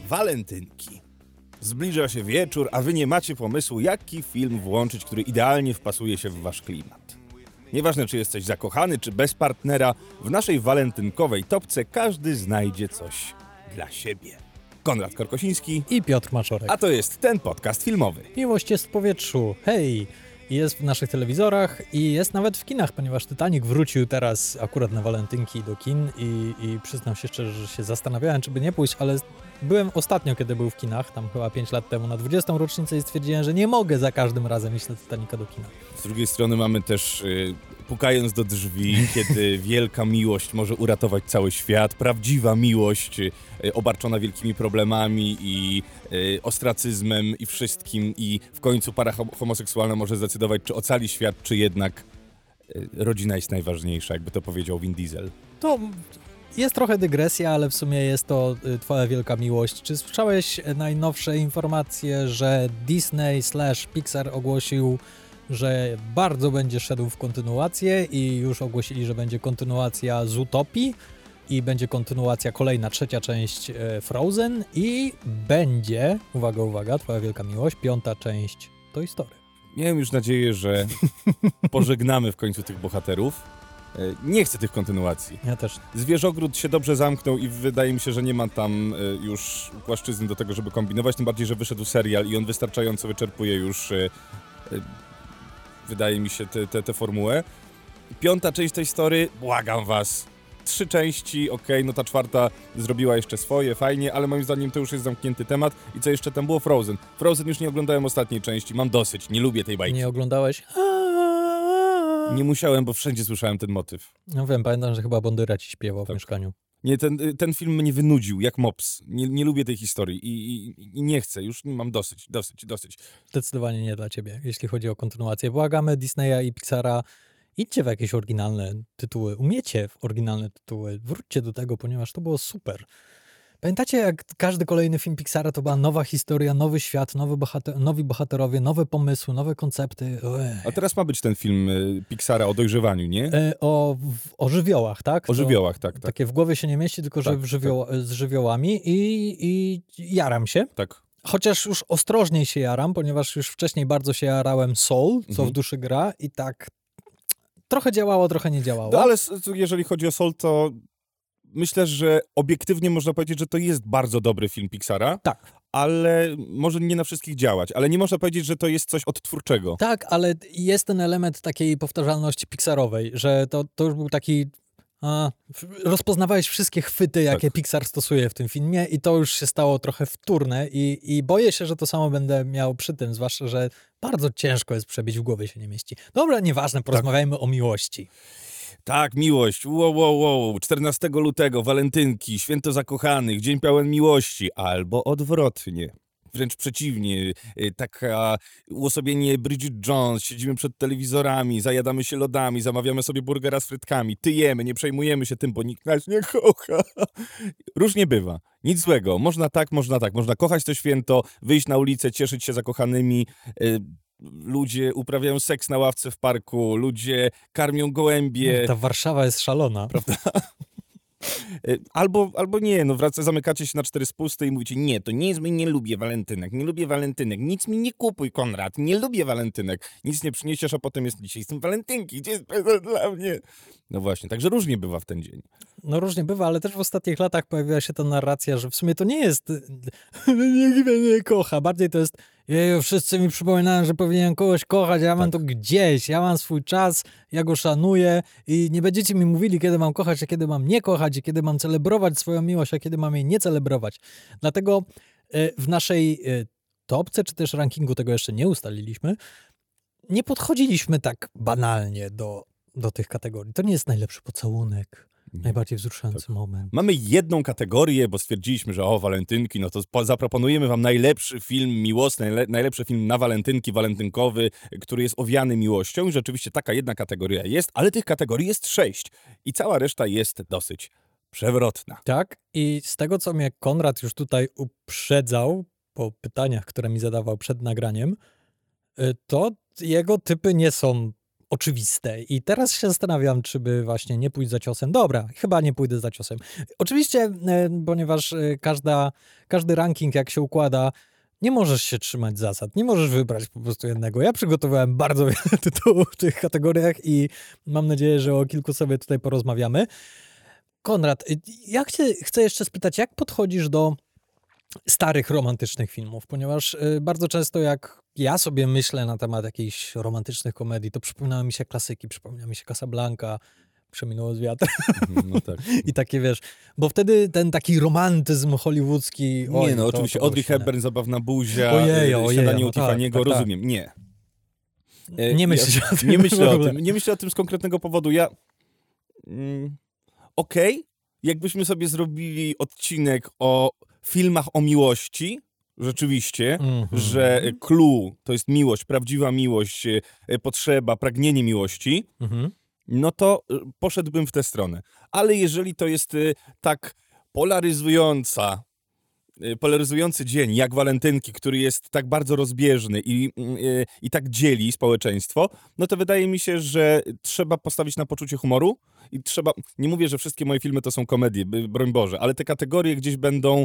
Walentynki. Zbliża się wieczór, a wy nie macie pomysłu, jaki film włączyć, który idealnie wpasuje się w wasz klimat. Nieważne, czy jesteś zakochany, czy bez partnera, w naszej walentynkowej topce każdy znajdzie coś dla siebie. Konrad Korkosiński i Piotr Maczorek. A to jest ten podcast filmowy. Miłość jest w powietrzu. Hej! Jest w naszych telewizorach i jest nawet w kinach, ponieważ Titanic wrócił teraz akurat na walentynki do kin i przyznam się szczerze, że się zastanawiałem, czy by nie pójść, ale byłem ostatnio, kiedy był w kinach, tam chyba 5 lat temu, na 20. rocznicę i stwierdziłem, że nie mogę za każdym razem iść na Titanica do kina. Z drugiej strony mamy też pukając do drzwi, kiedy wielka miłość może uratować cały świat, prawdziwa miłość obarczona wielkimi problemami i ostracyzmem i wszystkim i w końcu para homoseksualna może zdecydować, czy ocali świat, czy jednak rodzina jest najważniejsza, jakby to powiedział Vin Diesel. To jest trochę dygresja, ale w sumie jest to twoja wielka miłość. Czy słyszałeś najnowsze informacje, że Disney/Pixar ogłosił, że bardzo będzie szedł w kontynuację i już ogłosili, że będzie kontynuacja Zootopii i będzie kontynuacja kolejna, trzecia część Frozen i będzie, uwaga, twoja wielka miłość, 5. część Toy Story. Miałem już nadzieję, że pożegnamy w końcu tych bohaterów. Nie chcę tych kontynuacji. Ja też. Zwierzogród się dobrze zamknął i wydaje mi się, że nie ma tam już płaszczyzny do tego, żeby kombinować, tym bardziej, że wyszedł serial i on wystarczająco wyczerpuje już wydaje mi się tę formułę. 5. część tej story, błagam was. 3 części, no ta 4. zrobiła jeszcze swoje, fajnie, ale moim zdaniem to już jest zamknięty temat. I co jeszcze tam było? Frozen. Frozen już nie oglądałem ostatniej części, mam dosyć, nie lubię tej bajki. Nie oglądałeś? Nie musiałem, bo wszędzie słyszałem ten motyw. No wiem, pamiętam, że chyba Bondyra ci śpiewał w mieszkaniu. Nie, ten film mnie wynudził, jak mops. Nie lubię tej historii i nie chcę, już mam dosyć. Zdecydowanie nie dla ciebie, jeśli chodzi o kontynuację. Błagamy Disneya i Pixara, idźcie w jakieś oryginalne tytuły, umiecie w oryginalne tytuły, wróćcie do tego, ponieważ to było super. Pamiętacie, jak każdy kolejny film Pixara to była nowa historia, nowy świat, nowi bohaterowie, nowe pomysły, nowe koncepty. A teraz ma być ten film Pixara o dojrzewaniu, nie? O żywiołach, tak? O żywiołach, tak. Takie w głowie się nie mieści, tylko że z żywiołami i jaram się. Tak. Chociaż już ostrożniej się jaram, ponieważ już wcześniej bardzo się jarałem Soul, co w duszy gra i tak trochę działało, trochę nie działało. No ale jeżeli chodzi o Soul, to myślę, że obiektywnie można powiedzieć, że to jest bardzo dobry film Pixara. Tak. Ale może nie na wszystkich działać. Ale nie można powiedzieć, że to jest coś odtwórczego. Tak, ale jest ten element takiej powtarzalności Pixarowej, że to już był taki... rozpoznawałeś wszystkie chwyty, jakie Pixar stosuje w tym filmie i to już się stało trochę wtórne i boję się, że to samo będę miał przy tym, zwłaszcza, że bardzo ciężko jest przebić, w głowie się nie mieści. Dobra, nieważne, porozmawiajmy o miłości. Tak, miłość. Wow. 14 lutego, walentynki, święto zakochanych, dzień pełen miłości. Albo odwrotnie. Wręcz przeciwnie. Taka uosobienie Bridget Jones. Siedzimy przed telewizorami, zajadamy się lodami, zamawiamy sobie burgera z frytkami, tyjemy, nie przejmujemy się tym, bo nikt nas nie kocha. Różnie bywa. Nic złego. Można tak. Można kochać to święto, wyjść na ulicę, cieszyć się zakochanymi. Ludzie uprawiają seks na ławce w parku, ludzie karmią gołębie. Ta Warszawa jest szalona. Prawda? Albo nie, zamykacie się na 4 spusty i mówicie, nie, to nie jest, nie lubię walentynek, nic mi nie kupuj, Konrad, nie lubię walentynek, nic nie przyniesiesz, a potem jest, dzisiaj są walentynki, gdzie jest prezent dla mnie? No właśnie, także różnie bywa w ten dzień. No różnie bywa, ale też w ostatnich latach pojawiła się ta narracja, że w sumie to nie jest nikt mnie nie kocha, bardziej to jest wszyscy mi przypominają, że powinienem kogoś kochać, ja mam to gdzieś, ja mam swój czas, ja go szanuję i nie będziecie mi mówili, kiedy mam kochać, a kiedy mam nie kochać i kiedy mam celebrować swoją miłość, a kiedy mam jej nie celebrować. Dlatego w naszej topce, czy też rankingu, tego jeszcze nie ustaliliśmy, nie podchodziliśmy tak banalnie do tych kategorii. To nie jest najlepszy pocałunek, najbardziej wzruszający moment. Mamy jedną kategorię, bo stwierdziliśmy, że walentynki, no to zaproponujemy wam najlepszy film miłosny, najlepszy film na walentynki, walentynkowy, który jest owiany miłością. I rzeczywiście taka jedna kategoria jest, ale tych kategorii jest 6. I cała reszta jest dosyć przewrotna. Tak, i z tego, co mnie Konrad już tutaj uprzedzał po pytaniach, które mi zadawał przed nagraniem, to jego typy nie są oczywiste. I teraz się zastanawiam, czy by właśnie nie pójść za ciosem. Dobra, chyba nie pójdę za ciosem. Oczywiście, ponieważ każdy ranking, jak się układa, nie możesz się trzymać zasad, nie możesz wybrać po prostu jednego. Ja przygotowałem bardzo wiele tytułów w tych kategoriach i mam nadzieję, że o kilku sobie tutaj porozmawiamy. Konrad, chcę jeszcze spytać, jak podchodzisz do starych romantycznych filmów? Ponieważ bardzo często jak ja sobie myślę na temat jakichś romantycznych komedii, to przypominają mi się klasyki, przypomina mi się Casablanca, Przeminęło z wiatrem. No tak. I takie, wiesz, bo wtedy ten taki romantyzm hollywoodzki... Nie, no oczywiście, Audrey Hepburn, Zabawna buzia, Ojej, Śniadanie u no tak, Tiffany'ego, tak. rozumiem. Nie. Nie myślisz o tym Nie myślę w o ogóle. tym. Nie myślę o tym z konkretnego powodu. Okej, jakbyśmy sobie zrobili odcinek o filmach o miłości, rzeczywiście, że clue to jest miłość, prawdziwa miłość, potrzeba, pragnienie miłości, no to poszedłbym w tę stronę. Ale jeżeli to jest tak polaryzujący dzień, jak walentynki, który jest tak bardzo rozbieżny i tak dzieli społeczeństwo, no to wydaje mi się, że trzeba postawić na poczucie humoru i nie mówię, że wszystkie moje filmy to są komedie, broń Boże, ale te kategorie gdzieś będą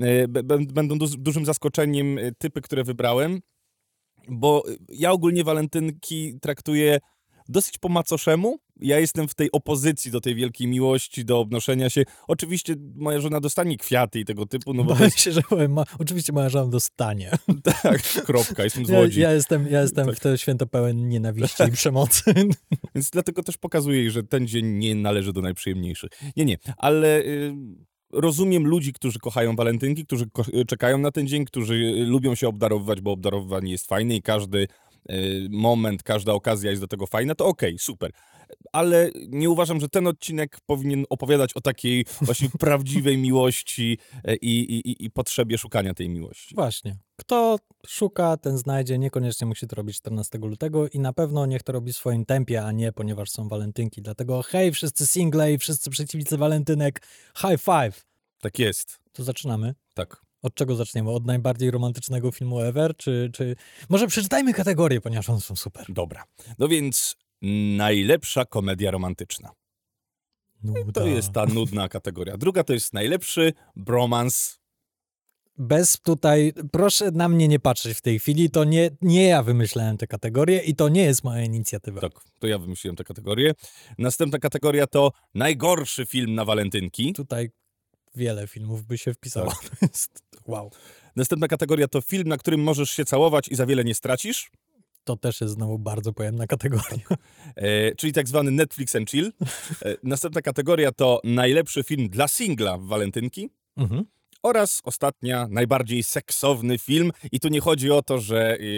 dużym zaskoczeniem, typy, które wybrałem, bo ja ogólnie walentynki traktuję dosyć po macoszemu. Ja jestem w tej opozycji do tej wielkiej miłości, do obnoszenia się. Oczywiście moja żona dostanie kwiaty i tego typu, no bo to Bałem jest... się, że powiem, oczywiście moja żona dostanie. Tak, kropka, jestem z Łodzi. Ja jestem Tak. w to święto pełen nienawiści i przemocy. Więc dlatego też pokazuję jej, że ten dzień nie należy do najprzyjemniejszych. Nie, ale rozumiem ludzi, którzy kochają walentynki, którzy czekają na ten dzień, którzy lubią się obdarowywać, bo obdarowywanie jest fajne i każdy moment, każda okazja jest do tego fajna, to okej, super. Ale nie uważam, że ten odcinek powinien opowiadać o takiej właśnie prawdziwej miłości i potrzebie szukania tej miłości. Właśnie. Kto szuka, ten znajdzie. Niekoniecznie musi to robić 14 lutego i na pewno niech to robi w swoim tempie, a nie ponieważ są walentynki. Dlatego hej, wszyscy single i wszyscy przeciwnicy walentynek, high five. Tak jest. To zaczynamy. Tak. Od czego zaczniemy? Od najbardziej romantycznego filmu ever? Czy... Może przeczytajmy kategorie, ponieważ one są super. Dobra. No więc najlepsza komedia romantyczna. Nuda. To jest ta nudna kategoria. Druga to jest najlepszy bromans. Bez tutaj, proszę na mnie nie patrzeć w tej chwili, to nie ja wymyślałem tę kategorię i to nie jest moja inicjatywa. Tak, to ja wymyśliłem tę kategorię. Następna kategoria to najgorszy film na walentynki. Tutaj wiele filmów by się wpisało. Tak. To jest, wow. Następna kategoria to film, na którym możesz się całować i za wiele nie stracisz. To też jest znowu bardzo pojemna kategoria. Czyli tak zwany Netflix and chill. Następna kategoria to najlepszy film dla singla w walentynki. Mhm. Oraz ostatnia, najbardziej seksowny film. I tu nie chodzi o to,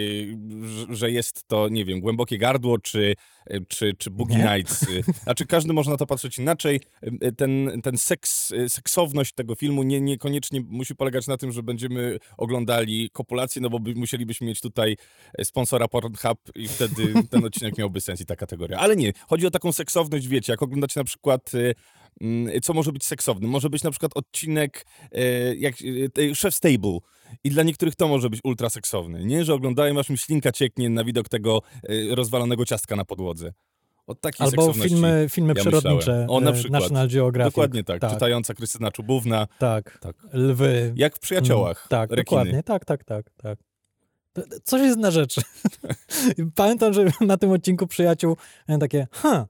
że jest to, nie wiem, Głębokie Gardło czy Boogie Nie? Nights. Znaczy każdy może na to patrzeć inaczej. Ten seksowność tego filmu niekoniecznie musi polegać na tym, że będziemy oglądali kopulację, no bo musielibyśmy mieć tutaj sponsora Pornhub i wtedy ten odcinek miałby sens i ta kategoria. Ale nie, chodzi o taką seksowność, wiecie, jak oglądacie na przykład... Co może być seksowny? Może być na przykład odcinek jak Chef's Table i dla niektórych to może być ultra seksowny, nie? Że oglądają, aż mi ślinka cieknie na widok tego rozwalonego ciastka na podłodze. Od takiej Albo seksowności filmy ja przyrodnicze, myślałem. O, na przykład. National Geographic. Dokładnie tak. Czytająca Krystyna Czubówna. Tak. Tak. Lwy. Jak w Przyjaciołach. Tak, rekiny. dokładnie. Tak. Coś jest na rzeczy. Pamiętam, że na tym odcinku Przyjaciół miałem takie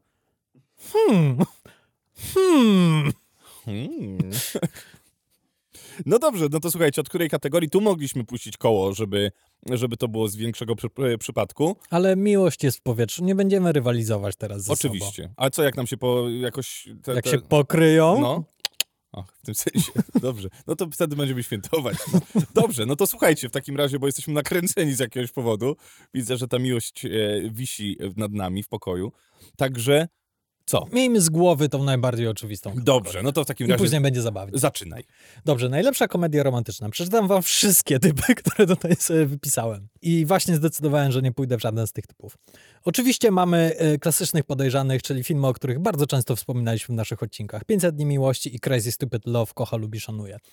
No dobrze, no to słuchajcie, od której kategorii tu mogliśmy puścić koło, żeby to było z większego przypadku? Ale miłość jest w powietrzu. Nie będziemy rywalizować teraz ze sobą. Oczywiście. A co, jak nam się jakoś... Jak się pokryją? No. Ach, w tym sensie. Dobrze. No to wtedy będziemy świętować. No, dobrze, no to słuchajcie w takim razie, bo jesteśmy nakręceni z jakiegoś powodu. Widzę, że ta miłość wisi nad nami w pokoju. Także co? Miejmy z głowy tą najbardziej oczywistą. Dobrze, no to w takim I razie później będzie zabawnie. zaczynaj. Dobrze, najlepsza komedia romantyczna. Przeczytam wam wszystkie typy, które tutaj sobie wypisałem. I właśnie zdecydowałem, że nie pójdę w żaden z tych typów. Oczywiście mamy klasycznych podejrzanych, czyli filmy, o których bardzo często wspominaliśmy w naszych odcinkach. 500 dni miłości i Crazy Stupid Love, kocha, lubi, szanuje.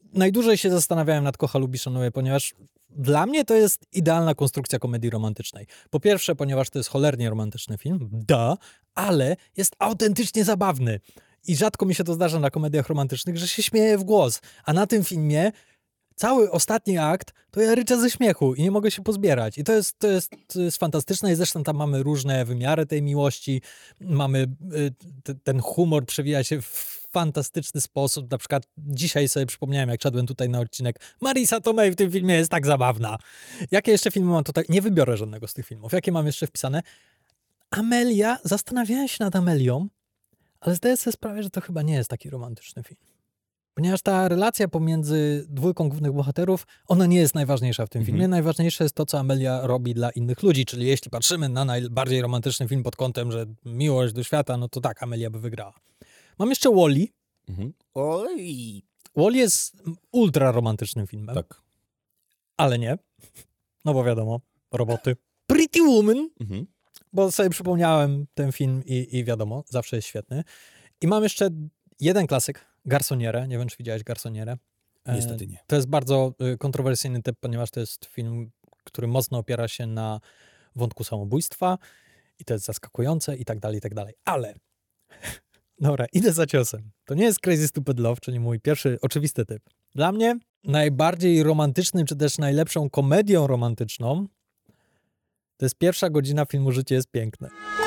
najdłużej się zastanawiałem nad Kocha, lubi, szanuje, ponieważ dla mnie to jest idealna konstrukcja komedii romantycznej. Po pierwsze, ponieważ to jest cholernie romantyczny film, ale jest autentycznie zabawny. I rzadko mi się to zdarza na komediach romantycznych, że się śmieję w głos. A na tym filmie cały ostatni akt to ja ryczę ze śmiechu i nie mogę się pozbierać. I to jest fantastyczne i zresztą tam mamy różne wymiary tej miłości. Mamy ten humor przewija się w fantastyczny sposób. Na przykład dzisiaj sobie przypomniałem, jak szedłem tutaj na odcinek, Marisa Tomei w tym filmie jest tak zabawna. Jakie jeszcze filmy mam tutaj? Nie wybiorę żadnego z tych filmów. Jakie mam jeszcze wpisane? Amelia, zastanawiałem się nad Amelią, ale zdaję sobie sprawę, że to chyba nie jest taki romantyczny film. Ponieważ ta relacja pomiędzy dwójką głównych bohaterów, ona nie jest najważniejsza w tym filmie. Najważniejsze jest to, co Amelia robi dla innych ludzi. Czyli jeśli patrzymy na najbardziej romantyczny film pod kątem, że miłość do świata, no to tak, Amelia by wygrała. Mam jeszcze Wall-E. Oj. Wall-E jest ultra romantycznym filmem. Tak. Ale nie. No bo wiadomo, roboty. Pretty Woman. Bo sobie przypomniałem ten film i wiadomo, zawsze jest świetny. I mam jeszcze jeden klasyk, Garsonierę. Nie wiem, czy widziałeś Garsonierę. Niestety nie. To jest bardzo kontrowersyjny typ, ponieważ to jest film, który mocno opiera się na wątku samobójstwa i to jest zaskakujące i tak dalej, i tak dalej. Ale, dobra, idę za ciosem. To nie jest Crazy Stupid Love, czyli mój pierwszy oczywisty typ. Dla mnie najbardziej romantycznym, czy też najlepszą komedią romantyczną to jest pierwsza godzina filmu Życie jest piękne.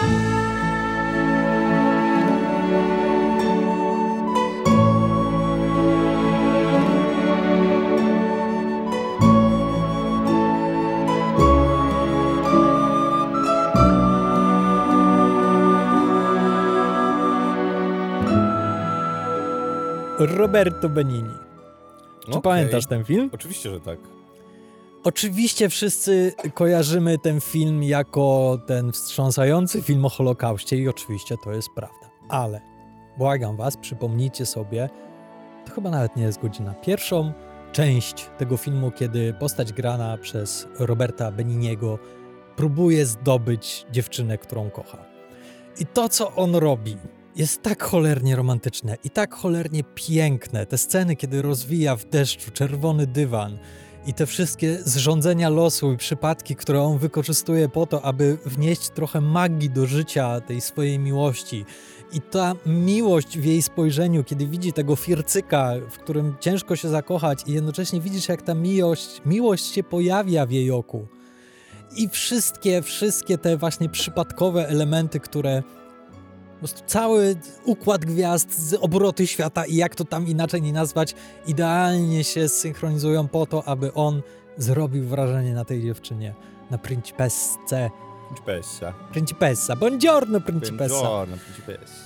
Roberto Benigni. Czy pamiętasz ten film? Oczywiście, że tak. Oczywiście wszyscy kojarzymy ten film jako ten wstrząsający film o Holokauście i oczywiście to jest prawda. Ale, błagam was, przypomnijcie sobie, to chyba nawet nie jest godzina, pierwszą część tego filmu, kiedy postać grana przez Roberta Benigniego próbuje zdobyć dziewczynę, którą kocha. I to, co on robi, jest tak cholernie romantyczne i tak cholernie piękne. Te sceny, kiedy rozwija w deszczu czerwony dywan i te wszystkie zrządzenia losu i przypadki, które on wykorzystuje po to, aby wnieść trochę magii do życia tej swojej miłości. I ta miłość w jej spojrzeniu, kiedy widzi tego fircyka, w którym ciężko się zakochać i jednocześnie widzisz, jak ta miłość się pojawia w jej oku. I wszystkie te właśnie przypadkowe elementy, które po prostu cały układ gwiazd z obroty świata i jak to tam inaczej nie nazwać, idealnie się synchronizują po to, aby on zrobił wrażenie na tej dziewczynie, na principessce. Principessa. Buongiorno, principessa. Buongiorno, principessa.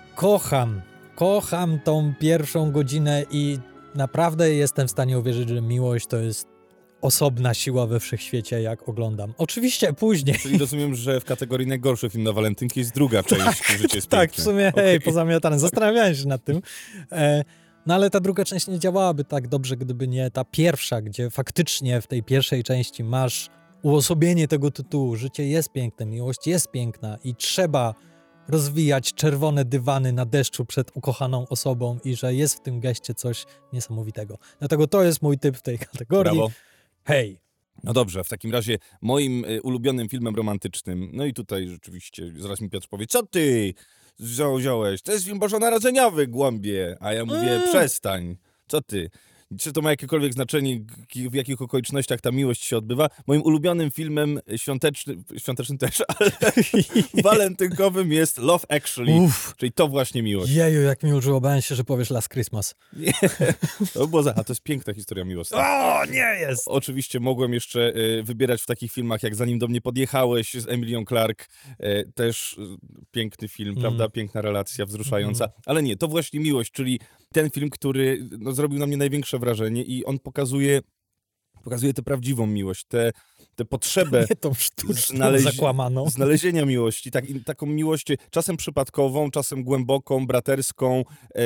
Kocham tą pierwszą godzinę i naprawdę jestem w stanie uwierzyć, że miłość to jest osobna siła we wszechświecie, jak oglądam. Oczywiście później. Czyli rozumiem, że w kategorii najgorszy film na walentynki jest druga część, Życie jest tak, piękne. w sumie, hej, pozamiatane. Zastanawiałem się nad tym. No ale ta druga część nie działałaby tak dobrze, gdyby nie ta pierwsza, gdzie faktycznie w tej pierwszej części masz uosobienie tego tytułu. Życie jest piękne, miłość jest piękna i trzeba rozwijać czerwone dywany na deszczu przed ukochaną osobą i że jest w tym geście coś niesamowitego. Dlatego to jest mój typ w tej kategorii. Brawo. Hej! No dobrze, w takim razie moim ulubionym filmem romantycznym, no i tutaj rzeczywiście zaraz mi Piotr powie, co ty wziąłeś? To jest film bożonarodzeniowy, głąbie. A ja mówię, przestań. Co ty? Czy to ma jakiekolwiek znaczenie, w jakich okolicznościach ta miłość się odbywa? Moim ulubionym filmem świątecznym też, ale walentynkowym jest Love Actually, czyli to właśnie miłość. Jeju, jak mi użyło, się, że powiesz Last Christmas. Nie, to było to jest piękna historia miłosna. O, nie jest! Oczywiście mogłem jeszcze wybierać w takich filmach, jak Zanim do mnie podjechałeś z Emilią Clarke. Też piękny film, prawda? Piękna relacja, wzruszająca. Ale nie, to właśnie miłość, czyli ten film, który zrobił na mnie największe wrażenie i on pokazuje tę prawdziwą miłość, tę potrzebę Nie tą sztuczną, zakłamaną. znalezienia miłości, taką miłość czasem przypadkową, czasem głęboką, braterską.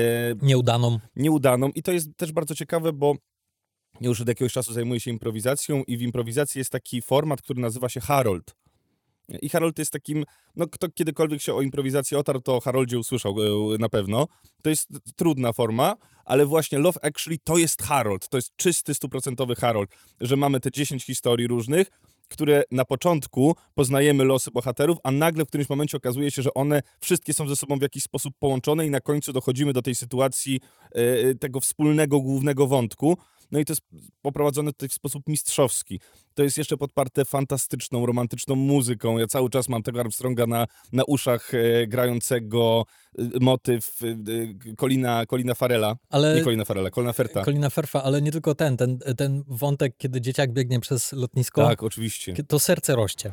Nieudaną. I to jest też bardzo ciekawe, bo już od jakiegoś czasu zajmuję się improwizacją i w improwizacji jest taki format, który nazywa się Harold. I Harold jest takim, no kto kiedykolwiek się o improwizacji otarł, to o Haroldzie usłyszał na pewno. To jest trudna forma, ale właśnie Love Actually to jest Harold, to jest czysty, 100% Harold, że mamy te 10 historii różnych, które na początku poznajemy losy bohaterów, a nagle w którymś momencie okazuje się, że one wszystkie są ze sobą w jakiś sposób połączone i na końcu dochodzimy do tej sytuacji tego wspólnego, głównego wątku. No i to jest poprowadzone tutaj w sposób mistrzowski. To jest jeszcze podparte fantastyczną, romantyczną muzyką. Ja cały czas mam tego Armstronga na uszach grającego motyw Colina Farrella. Ale... Nie Colina Farrella, Colina Firtha. Colina Firtha, ale nie tylko ten wątek, kiedy dzieciak biegnie przez lotnisko. Tak, oczywiście. To serce rośnie.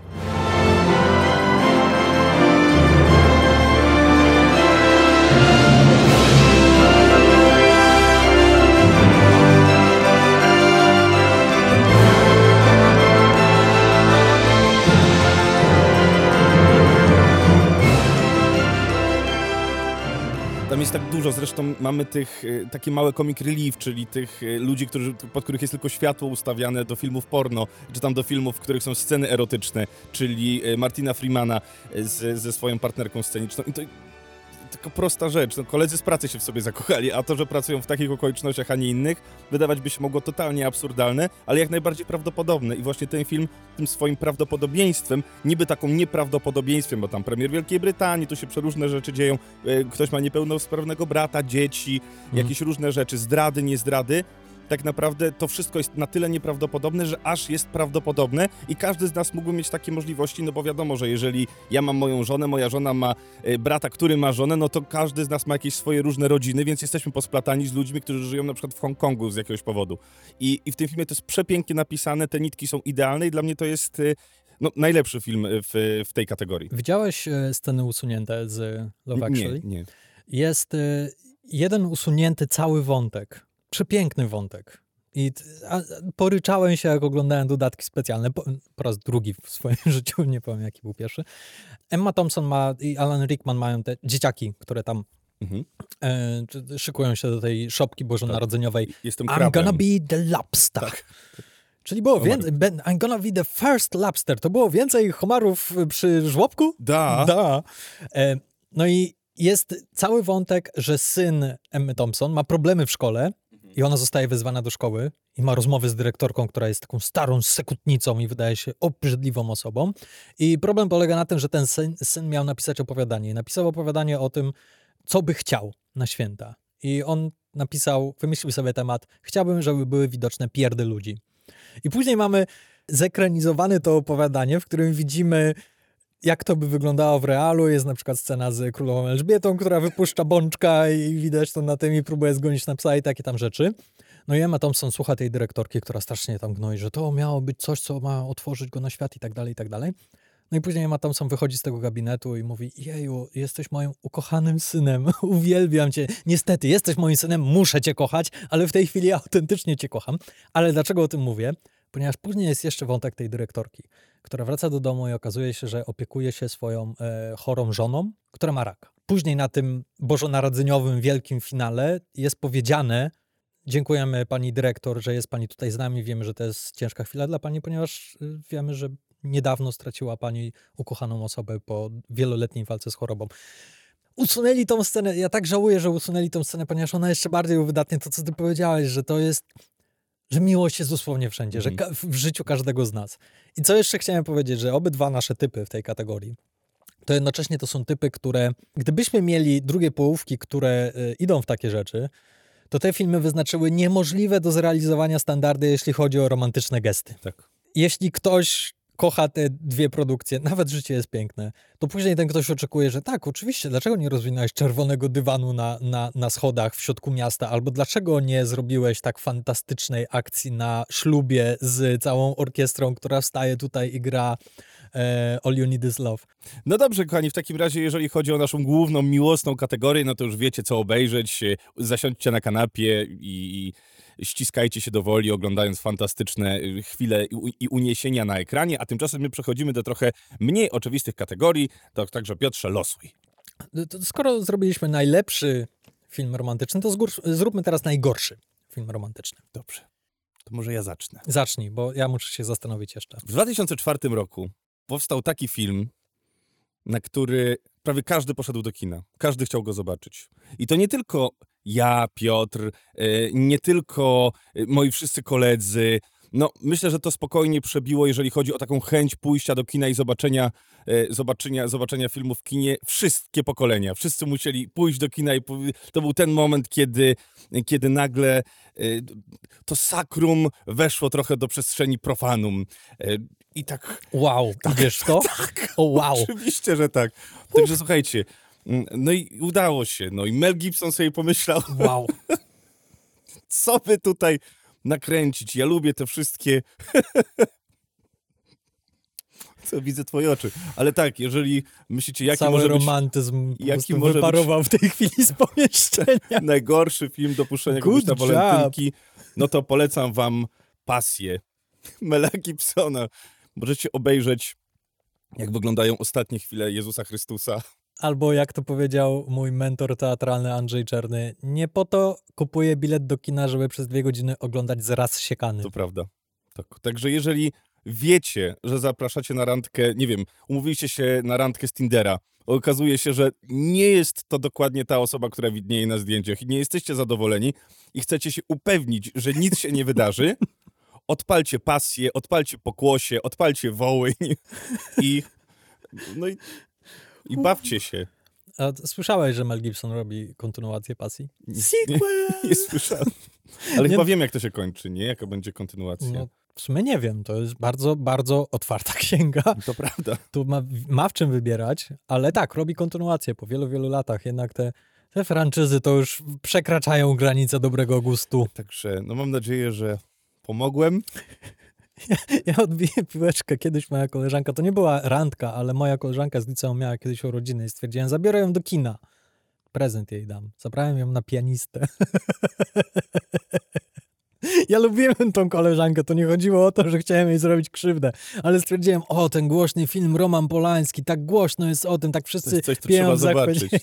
Tam jest tak dużo, zresztą mamy takie małe comic relief, czyli tych ludzi, pod których jest tylko światło ustawiane do filmów porno, czy tam do filmów, w których są sceny erotyczne, czyli Martina Freemana ze swoją partnerką sceniczną. I to tylko prosta rzecz. No, koledzy z pracy się w sobie zakochali, a to, że pracują w takich okolicznościach, a nie innych, wydawać by się mogło totalnie absurdalne, ale jak najbardziej prawdopodobne. I właśnie ten film tym swoim prawdopodobieństwem, niby taką nieprawdopodobieństwem, bo tam premier Wielkiej Brytanii, tu się przeróżne rzeczy dzieją, ktoś ma niepełnosprawnego brata, dzieci, jakieś różne rzeczy, zdrady, niezdrady. Tak naprawdę to wszystko jest na tyle nieprawdopodobne, że aż jest prawdopodobne i każdy z nas mógłby mieć takie możliwości, no bo wiadomo, że jeżeli ja mam moją żonę, moja żona ma brata, który ma żonę, no to każdy z nas ma jakieś swoje różne rodziny, więc jesteśmy posplatani z ludźmi, którzy żyją na przykład w Hongkongu z jakiegoś powodu. I w tym filmie to jest przepięknie napisane, te nitki są idealne i dla mnie to jest najlepszy film w tej kategorii. Widziałeś sceny usunięte z Love Actually? Nie. Jest jeden usunięty cały wątek. Przepiękny wątek. I poryczałem się, jak oglądałem dodatki specjalne. Po raz drugi w swoim życiu, nie powiem, jaki był pierwszy. Emma Thompson i Alan Rickman mają te dzieciaki, które tam szykują się do tej szopki bożonarodzeniowej. Jestem I'm krabem. gonna be the lobster. Tak. Czyli było więcej. I'm gonna be the first lobster. To było więcej homarów przy żłobku? Da. No i jest cały wątek, że syn Emmy Thompson ma problemy w szkole i ona zostaje wezwana do szkoły i ma rozmowy z dyrektorką, która jest taką starą sekutnicą i wydaje się obrzydliwą osobą. I problem polega na tym, że ten syn miał napisać opowiadanie. I napisał opowiadanie o tym, co by chciał na święta. I on wymyślił sobie temat, chciałbym, żeby były widoczne pierdy ludzi. I później mamy zekranizowane to opowiadanie, w którym widzimy, jak to by wyglądało w realu. Jest na przykład scena z królową Elżbietą, która wypuszcza bączka i widać to na tym i próbuje zgonić na psa i takie tam rzeczy. No i Emma Thompson słucha tej dyrektorki, która strasznie tam gnoi, że to miało być coś, co ma otworzyć go na świat i tak dalej, i tak dalej. No i później Emma Thompson wychodzi z tego gabinetu i mówi: jeju, jesteś moim ukochanym synem, uwielbiam cię. Niestety, jesteś moim synem, muszę cię kochać, ale w tej chwili autentycznie cię kocham. Ale dlaczego o tym mówię? Ponieważ później jest jeszcze wątek tej dyrektorki, która wraca do domu i okazuje się, że opiekuje się swoją chorą żoną, która ma raka. Później na tym bożonarodzeniowym wielkim finale jest powiedziane: dziękujemy pani dyrektor, że jest pani tutaj z nami, wiemy, że to jest ciężka chwila dla pani, ponieważ wiemy, że niedawno straciła pani ukochaną osobę po wieloletniej walce z chorobą. Usunęli tą scenę, ja tak żałuję, że usunęli tą scenę, ponieważ ona jeszcze bardziej uwydatnia to, co ty powiedziałeś, że to jest, że miłość jest dosłownie wszędzie, że w życiu każdego z nas. I co jeszcze chciałem powiedzieć, że obydwa nasze typy w tej kategorii, to jednocześnie to są typy, które, gdybyśmy mieli drugie połówki, które idą w takie rzeczy, to te filmy wyznaczyły niemożliwe do zrealizowania standardy, jeśli chodzi o romantyczne gesty. Tak. Jeśli ktoś kocha te dwie produkcje, nawet Życie jest piękne, to później ten ktoś oczekuje, że tak, oczywiście, dlaczego nie rozwinąłeś czerwonego dywanu na schodach w środku miasta, albo dlaczego nie zrobiłeś tak fantastycznej akcji na ślubie z całą orkiestrą, która wstaje tutaj i gra All You Need Is Love. No dobrze, kochani, w takim razie, jeżeli chodzi o naszą główną, miłosną kategorię, no to już wiecie, co obejrzeć. Zasiądźcie na kanapie i ściskajcie się do woli, oglądając fantastyczne chwile i uniesienia na ekranie, a tymczasem my przechodzimy do trochę mniej oczywistych kategorii, to także Piotrze, losuj. To skoro zrobiliśmy najlepszy film romantyczny, to zróbmy teraz najgorszy film romantyczny. Dobrze, to może ja zacznę. Zacznij, bo ja muszę się zastanowić jeszcze. W 2004 roku powstał taki film, na który prawie każdy poszedł do kina. Każdy chciał go zobaczyć. I to nie tylko ja, Piotr, nie tylko moi wszyscy koledzy. No, myślę, że to spokojnie przebiło, jeżeli chodzi o taką chęć pójścia do kina i zobaczenia filmu w kinie. Wszystkie pokolenia. Wszyscy musieli pójść do kina i to był ten moment, kiedy nagle to sakrum weszło trochę do przestrzeni profanum. I tak... Wow, idziesz w to? Tak, O wow. oczywiście, że tak. Także słuchajcie, no i udało się. No i Mel Gibson sobie pomyślał, Wow. co by tutaj nakręcić. Ja lubię te wszystkie... Co, widzę twoje oczy. Ale tak, jeżeli myślicie, jaki Cały może być romantyzm po jaki prostu może być- wyparował w tej chwili z pomieszczenia. najgorszy film do puszczenia Good kogoś na job. walentynki, no to polecam wam Pasję Mela Gibsona. Możecie obejrzeć, jak wyglądają ostatnie chwile Jezusa Chrystusa. Albo jak to powiedział mój mentor teatralny Andrzej Czerny, nie po to kupuję bilet do kina, żeby przez 2 godziny oglądać zraz siekany. To prawda. Tak. Także jeżeli wiecie, że zapraszacie na randkę, nie wiem, umówiliście się na randkę z Tindera, okazuje się, że nie jest to dokładnie ta osoba, która widnieje na zdjęciach i nie jesteście zadowoleni i chcecie się upewnić, że nic się nie wydarzy, odpalcie Pasję, odpalcie Pokłosie, odpalcie Wołyń no i bawcie się. A słyszałeś, że Mel Gibson robi kontynuację Pasji? Nie słyszałem. Ale Nie- chyba wiem, jak to się kończy, nie? Jaka będzie kontynuacja. No, w sumie nie wiem, to jest bardzo, bardzo otwarta księga. To prawda. Tu ma w czym wybierać, ale tak, robi kontynuację po wielu, wielu latach. Jednak te franczyzy to już przekraczają granice dobrego gustu. Także no mam nadzieję, że pomogłem. Ja odbiję piłeczkę. Kiedyś moja koleżanka, to nie była randka, ale moja koleżanka z liceum miała kiedyś urodziny i stwierdziłem, zabiorę ją do kina. Prezent jej dam. Zabrałem ją na pianistę. Ja lubiłem tą koleżankę, to nie chodziło o to, że chciałem jej zrobić krzywdę, ale stwierdziłem, o, ten głośny film Roman Polański, tak głośno jest o tym, tak To wszyscy jest coś, co piją trzeba w zachwycie. zobaczyć.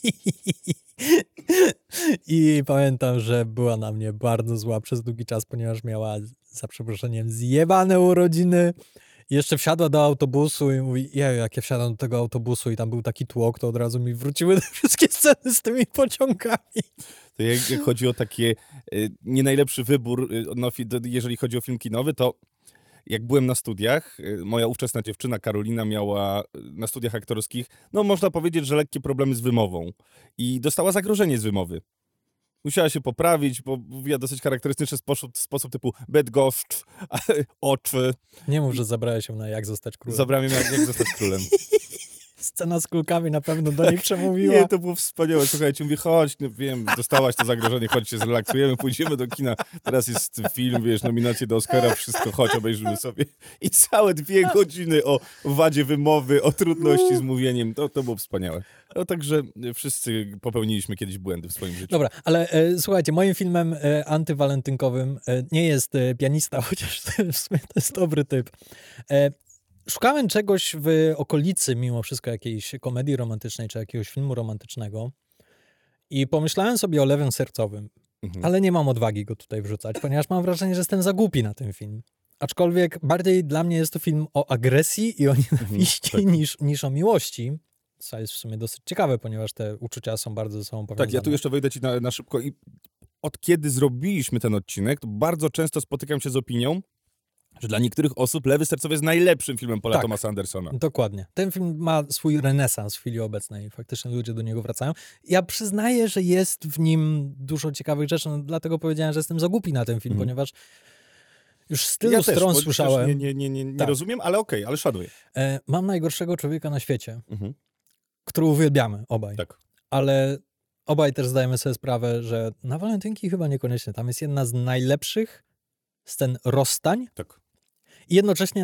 I pamiętam, że była na mnie bardzo zła przez długi czas, ponieważ miała, za przeproszeniem, zjebane urodziny. I jeszcze wsiadła do autobusu i mówi, jeju, jak ja wsiadam do tego autobusu i tam był taki tłok, to od razu mi wróciły te wszystkie sceny z tymi pociągami. To jak chodzi o takie nie najlepszy wybór, jeżeli chodzi o film kinowy, to jak byłem na studiach, moja ówczesna dziewczyna Karolina miała na studiach aktorskich, no można powiedzieć, że lekkie problemy z wymową. I dostała zagrożenie z wymowy. Musiała się poprawić, bo mówiła dosyć charakterystyczny sposób typu bedgoszcz, oczy. Nie mów, że zabrałeś się na Jak zostać królem. Zabrałem ją jak zostać królem. Scena z kulkami na pewno do niej przemówiła. Nie, to było wspaniałe. Słuchajcie, mówię, chodź, no wiem, dostałaś to zagrożenie, chodź się zrelaksujemy, pójdziemy do kina. Teraz jest film, wiesz, nominacje do Oscara, wszystko, chodź, obejrzymy sobie. I całe 2 godziny o wadzie wymowy, o trudności z mówieniem. To było wspaniałe. No także wszyscy popełniliśmy kiedyś błędy w swoim życiu. Dobra, ale słuchajcie, moim filmem antywalentynkowym nie jest pianista, chociaż w sumie to jest dobry typ. Szukałem czegoś w okolicy, mimo wszystko jakiejś komedii romantycznej, czy jakiegoś filmu romantycznego i pomyślałem sobie o Lewym Sercowym, ale nie mam odwagi go tutaj wrzucać, ponieważ mam wrażenie, że jestem za głupi na ten film. Aczkolwiek bardziej dla mnie jest to film o agresji i o nienawiści tak. niż o miłości, co jest w sumie dosyć ciekawe, ponieważ te uczucia są bardzo ze sobą powiązane. Tak, ja tu jeszcze wejdę ci na szybko. I od kiedy zrobiliśmy ten odcinek, to bardzo często spotykam się z opinią, że dla niektórych osób Lewy Sercowy jest najlepszym filmem Paula Tak. Thomasa Andersona. Dokładnie. Ten film ma swój renesans w chwili obecnej. Faktycznie ludzie do niego wracają. Ja przyznaję, że jest w nim dużo ciekawych rzeczy, no, dlatego powiedziałem, że jestem za głupi na ten film, ponieważ już z tylu Ja też, stron bo słyszałem. Nie Tak. rozumiem, ale okej, ale szanuję. Mam najgorszego człowieka na świecie, który uwielbiamy obaj. Tak. Ale obaj też zdajemy sobie sprawę, że na walentynki chyba niekoniecznie. Tam jest jedna z najlepszych scen rozstań Tak. i jednocześnie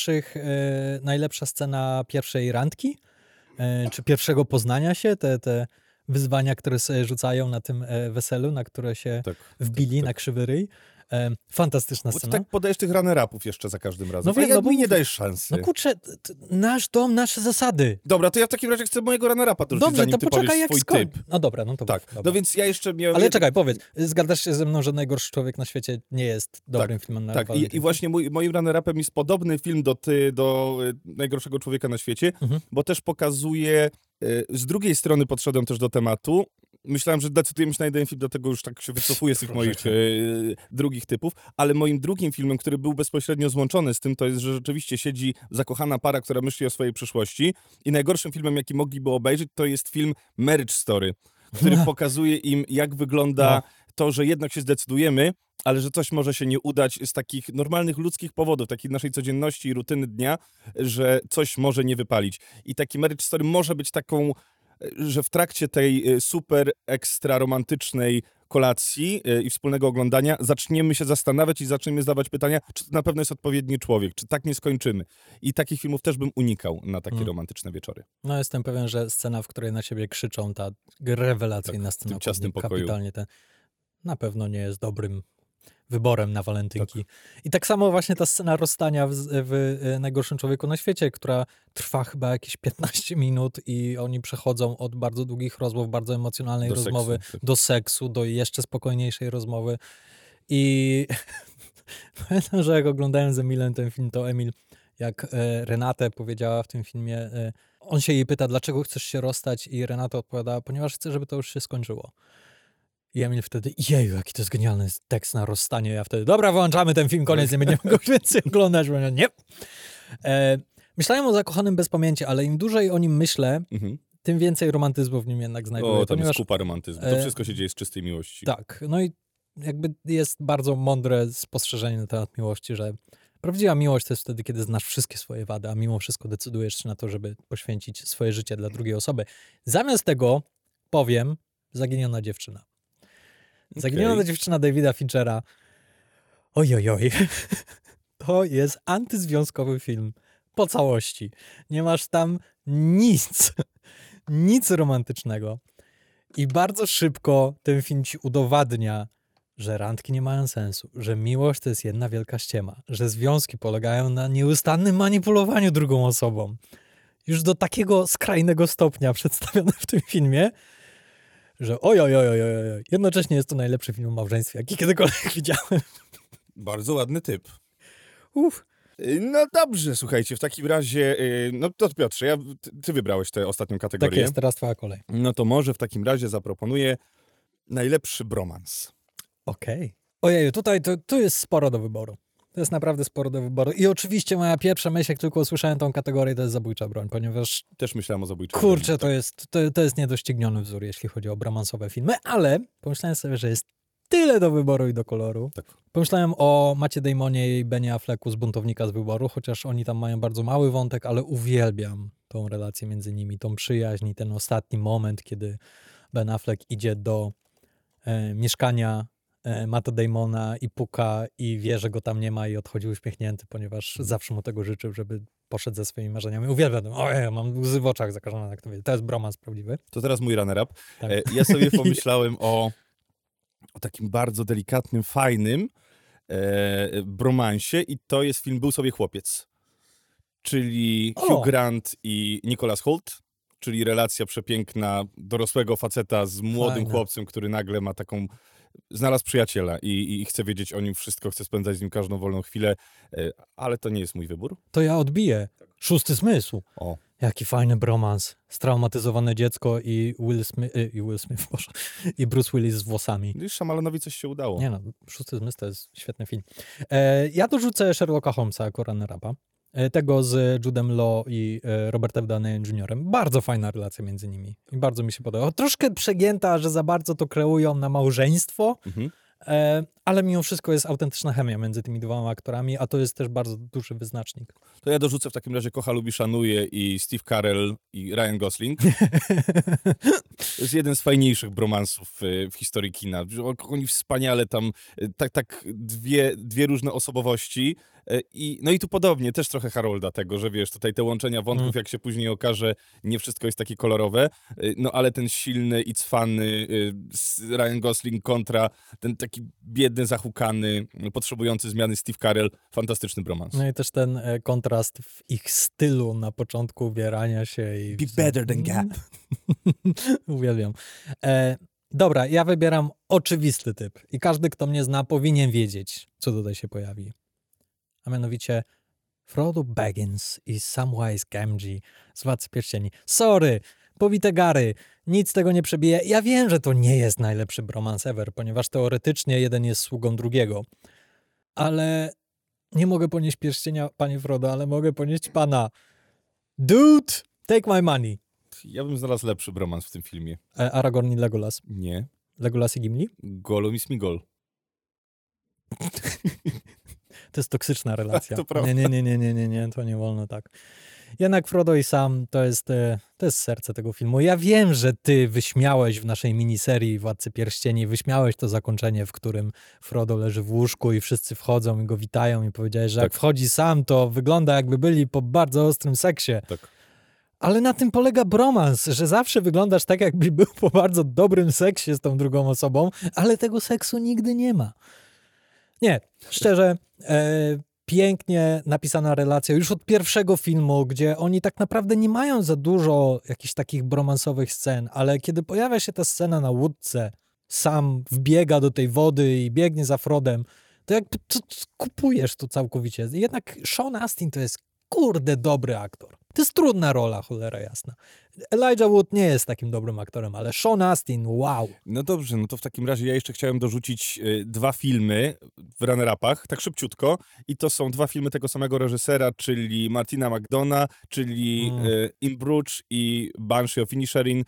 najlepsza scena pierwszej randki, czy pierwszego poznania się, te wyzwania, które sobie rzucają na tym weselu, na które się Tak. wbili tak. na krzywy ryj. Fantastyczna Bo ty scena. tak podajesz tych runner-upów jeszcze za każdym razem. No wiem, A jak no bo mi nie mówię- dajesz szansy. No kurczę, nasz dom, nasze zasady. Dobra, to ja w takim razie chcę mojego runner-upa dorzucić, Dobrze, zanim to ty poczekaj powiesz jak swój skończy. typ. No dobra, no to Tak, dobra. no więc ja jeszcze miałem... Ale czekaj, powiedz, zgadzasz się ze mną, że Najgorszy Człowiek na świecie nie jest dobrym filmem na Tak, walentynki? i właśnie moim runner-upem jest podobny film do Najgorszego Człowieka na świecie, Mhm. bo też pokazuje, z drugiej strony podszedłem też do tematu. Myślałem, że decydujemy się na jeden film, dlatego już tak się wycofuję z tych Proszę moich cię. drugich typów, ale moim drugim filmem, który był bezpośrednio złączony z tym, to jest, że rzeczywiście siedzi zakochana para, która myśli o swojej przyszłości i najgorszym filmem, jaki mogliby obejrzeć, to jest film Marriage Story, który pokazuje im, jak wygląda to, że jednak się zdecydujemy, ale że coś może się nie udać z takich normalnych ludzkich powodów, takiej naszej codzienności i rutyny dnia, że coś może nie wypalić. I taki Marriage Story może być taką, że w trakcie tej super ekstra romantycznej kolacji i wspólnego oglądania zaczniemy się zastanawiać i zaczniemy zadawać pytania, czy to na pewno jest odpowiedni człowiek, czy tak nie skończymy. I takich filmów też bym unikał na takie romantyczne wieczory. No jestem pewien, że scena, w której na siebie krzyczą, ta rewelacyjna Tak, w scena, tym ciasnym później pokoju. kapitalnie na pewno nie jest dobrym wyborem na walentynki. I tak samo właśnie ta scena rozstania w Najgorszym Człowieku na świecie, która trwa chyba jakieś 15 minut i oni przechodzą od bardzo długich rozmów, bardzo emocjonalnej Do rozmowy, seksu, tak. do seksu, do jeszcze spokojniejszej rozmowy. I pamiętam, że jak oglądałem z Emilem ten film, to Emil, jak Renatę powiedziała w tym filmie, on się jej pyta, dlaczego chcesz się rozstać, i Renata odpowiada, ponieważ chcę, żeby to już się skończyło. I Emil wtedy, jeju, jaki to jest genialny tekst na rozstanie. Ja wtedy, dobra, wyłączamy ten film, koniec, nie będziemy go więcej oglądać. Bo nie. Myślałem o Zakochanym bez pamięci, ale im dłużej o nim myślę, tym więcej romantyzmu w nim jednak znajduję. O, tam ponieważ jest kupa romantyzmu. To wszystko się dzieje z czystej miłości. tak, no i jakby jest bardzo mądre spostrzeżenie na temat miłości, że prawdziwa miłość to jest wtedy, kiedy znasz wszystkie swoje wady, a mimo wszystko decydujesz się na to, żeby poświęcić swoje życie dla drugiej osoby. Zamiast tego powiem Zaginiona dziewczyna. Zaginiona dziewczyna Davida Finchera. Ojojoj. To jest antyzwiązkowy film. Po całości. Nie masz tam nic. Nic romantycznego. I bardzo szybko ten film ci udowadnia, że randki nie mają sensu, że miłość to jest jedna wielka ściema, że związki polegają na nieustannym manipulowaniu drugą osobą. Już do takiego skrajnego stopnia przedstawione w tym filmie, że ojojojojoj. Jednocześnie jest to najlepszy film o małżeństwie, jaki kiedykolwiek widziałem. Bardzo ładny typ. Uff. No dobrze, słuchajcie, w takim razie, no to Piotrze, ty wybrałeś tę ostatnią kategorię. Tak jest, teraz twoja kolej. No to może w takim razie zaproponuję najlepszy bromans. Okej. Ojej, tutaj tu jest sporo do wyboru. To jest naprawdę sporo do wyboru. I oczywiście moja pierwsza myśl, jak tylko usłyszałem tą kategorię, to jest Zabójcza broń, ponieważ Też myślałem o zabójczym. kurczę, to jest niedościgniony wzór, jeśli chodzi o bromansowe filmy, ale pomyślałem sobie, że jest tyle do wyboru i do koloru. Tak. Pomyślałem o Mattie Damonie i Benie Afflecku z Buntownika z wyboru, chociaż oni tam mają bardzo mały wątek, ale uwielbiam tą relację między nimi, tą przyjaźń i ten ostatni moment, kiedy Ben Affleck idzie do mieszkania Matta Damona i puka i wie, że go tam nie ma i odchodzi uśmiechnięty, ponieważ zawsze mu tego życzył, żeby poszedł ze swoimi marzeniami. Uwielbiam to. Ojej, mam łzy w oczach za każdym razem, jak to widzę. To jest bromans prawdziwy. To teraz mój runner-up. Tak. Ja sobie pomyślałem o takim bardzo delikatnym, fajnym bromansie i to jest film Był sobie chłopiec. Czyli Hugh Grant i Nicholas Hoult, czyli relacja przepiękna dorosłego faceta z młodym Fajne. chłopcem, który nagle ma taką... Znalazł przyjaciela i chce wiedzieć o nim wszystko, chce spędzać z nim każdą wolną chwilę, ale to nie jest mój wybór. To ja odbiję. Szósty zmysł. O. Jaki fajny bromans. Straumatyzowane dziecko i Will Smith, Boże, i Bruce Willis z włosami. Gdyż Shyamalonowi coś się udało. Nie no, Szósty zmysł to jest świetny film. Ja dorzucę Sherlocka Holmesa jako runner-upa. Tego z Judem Law i Robertem Downeyem Jr. Bardzo fajna relacja między nimi. I bardzo mi się podoba. Troszkę przegięta, że za bardzo to kreują na małżeństwo, ale mimo wszystko jest autentyczna chemia między tymi dwoma aktorami, a to jest też bardzo duży wyznacznik. To ja dorzucę w takim razie Kocha, lubi, szanuje i Steve Carell i Ryan Gosling. To jest jeden z fajniejszych bromansów w historii kina. Oni wspaniale tam, tak dwie różne osobowości. No i tu podobnie, też trochę Harolda tego, że wiesz, tutaj te łączenia wątków, jak się później okaże, nie wszystko jest takie kolorowe, no ale ten silny i cwany Ryan Gosling kontra ten taki biedny, zahukany, potrzebujący zmiany Steve Carell. Fantastyczny bromans. No i też ten kontrast w ich stylu na początku ubierania się. I Be better than Gap. Uwielbiam. Dobra, ja wybieram oczywisty typ i każdy, kto mnie zna, powinien wiedzieć, co tutaj się pojawi. A mianowicie Frodo Baggins i Samwise Gamgee z Władcy Pierścieni. Sorry, powite gary, nic z tego nie przebije. Ja wiem, że to nie jest najlepszy bromance ever, ponieważ teoretycznie jeden jest sługą drugiego. Ale nie mogę ponieść pierścienia, panie Frodo, ale mogę ponieść pana. Dude, take my money. Ja bym znalazł lepszy bromans w tym filmie. Aragorn i Legolas. Nie. Legolas i Gimli? Gollum i Smigol. To jest toksyczna relacja. To prawda. Nie, to nie wolno tak. Jednak Frodo i Sam to jest serce tego filmu. Ja wiem, że ty wyśmiałeś w naszej miniserii Władcy Pierścieni, wyśmiałeś to zakończenie, w którym Frodo leży w łóżku i wszyscy wchodzą i go witają i powiedziałeś, że jak Tak. wchodzi Sam, to wygląda jakby byli po bardzo ostrym seksie. Tak. Ale na tym polega bromans, że zawsze wyglądasz tak, jakbyś był po bardzo dobrym seksie z tą drugą osobą, ale tego seksu nigdy nie ma. Nie, szczerze, pięknie napisana relacja już od pierwszego filmu, gdzie oni tak naprawdę nie mają za dużo jakichś takich bromansowych scen, ale kiedy pojawia się ta scena na łódce, Sam wbiega do tej wody i biegnie za Frodem, to jakby kupujesz to całkowicie. Jednak Sean Astin to jest kurde dobry aktor. To jest trudna rola, cholera jasna. Elijah Wood nie jest takim dobrym aktorem, ale Sean Astin, wow. No dobrze, no to w takim razie ja jeszcze chciałem dorzucić 2 filmy w runner-upach, tak szybciutko. I to są 2 filmy tego samego reżysera, czyli Martina McDonagh, czyli In Bruges i Banshee of Inisherin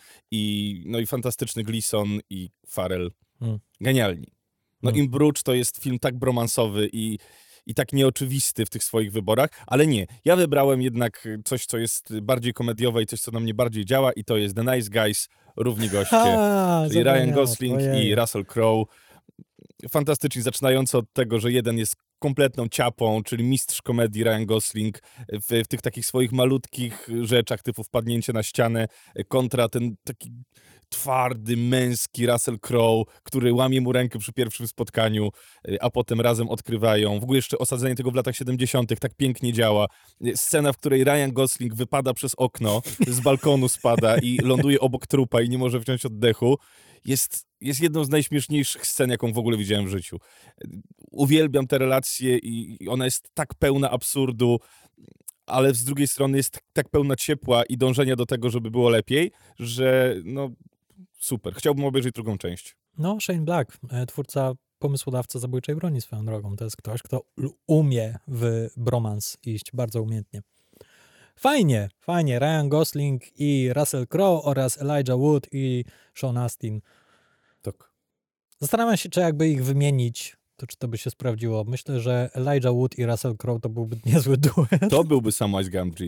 i fantastyczny Gleeson i Farrell. Genialni. No In Bruges to jest film tak bromansowy i tak nieoczywisty w tych swoich wyborach, ale nie. Ja wybrałem jednak coś, co jest bardziej komediowe i coś, co na mnie bardziej działa i to jest The Nice Guys, Równi Goście. Czyli Ryan Gosling i Russell Crowe. Fantastycznie, zaczynająco od tego, że jeden jest kompletną ciapą, czyli mistrz komedii Ryan Gosling w tych takich swoich malutkich rzeczach, typu wpadnięcie na ścianę, kontra ten taki twardy, męski Russell Crowe, który łamie mu rękę przy pierwszym spotkaniu, a potem razem odkrywają. W ogóle jeszcze osadzenie tego w latach 70. tak pięknie działa. Scena, w której Ryan Gosling wypada przez okno, z balkonu spada i ląduje obok trupa i nie może wziąć oddechu, jest jedną z najśmieszniejszych scen, jaką w ogóle widziałem w życiu. Uwielbiam tę relację i ona jest tak pełna absurdu, ale z drugiej strony jest tak pełna ciepła i dążenia do tego, żeby było lepiej, że no super. Chciałbym obejrzeć drugą część. No, Shane Black, twórca, pomysłodawca Zabójczej broni swoją drogą. To jest ktoś, kto umie w bromans iść bardzo umiejętnie. Fajnie. Ryan Gosling i Russell Crowe oraz Elijah Wood i Sean Astin. Tak. Zastanawiam się, czy jakby ich wymienić, to czy to by się sprawdziło. Myślę, że Elijah Wood i Russell Crowe to byłby niezły duet. To byłby Samwise Gamgee.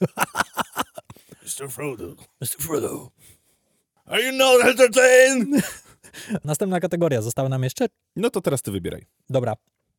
Mr. Frodo. Are you not entertained? Następna kategoria. Została nam jeszcze? No to teraz ty wybieraj. Dobra.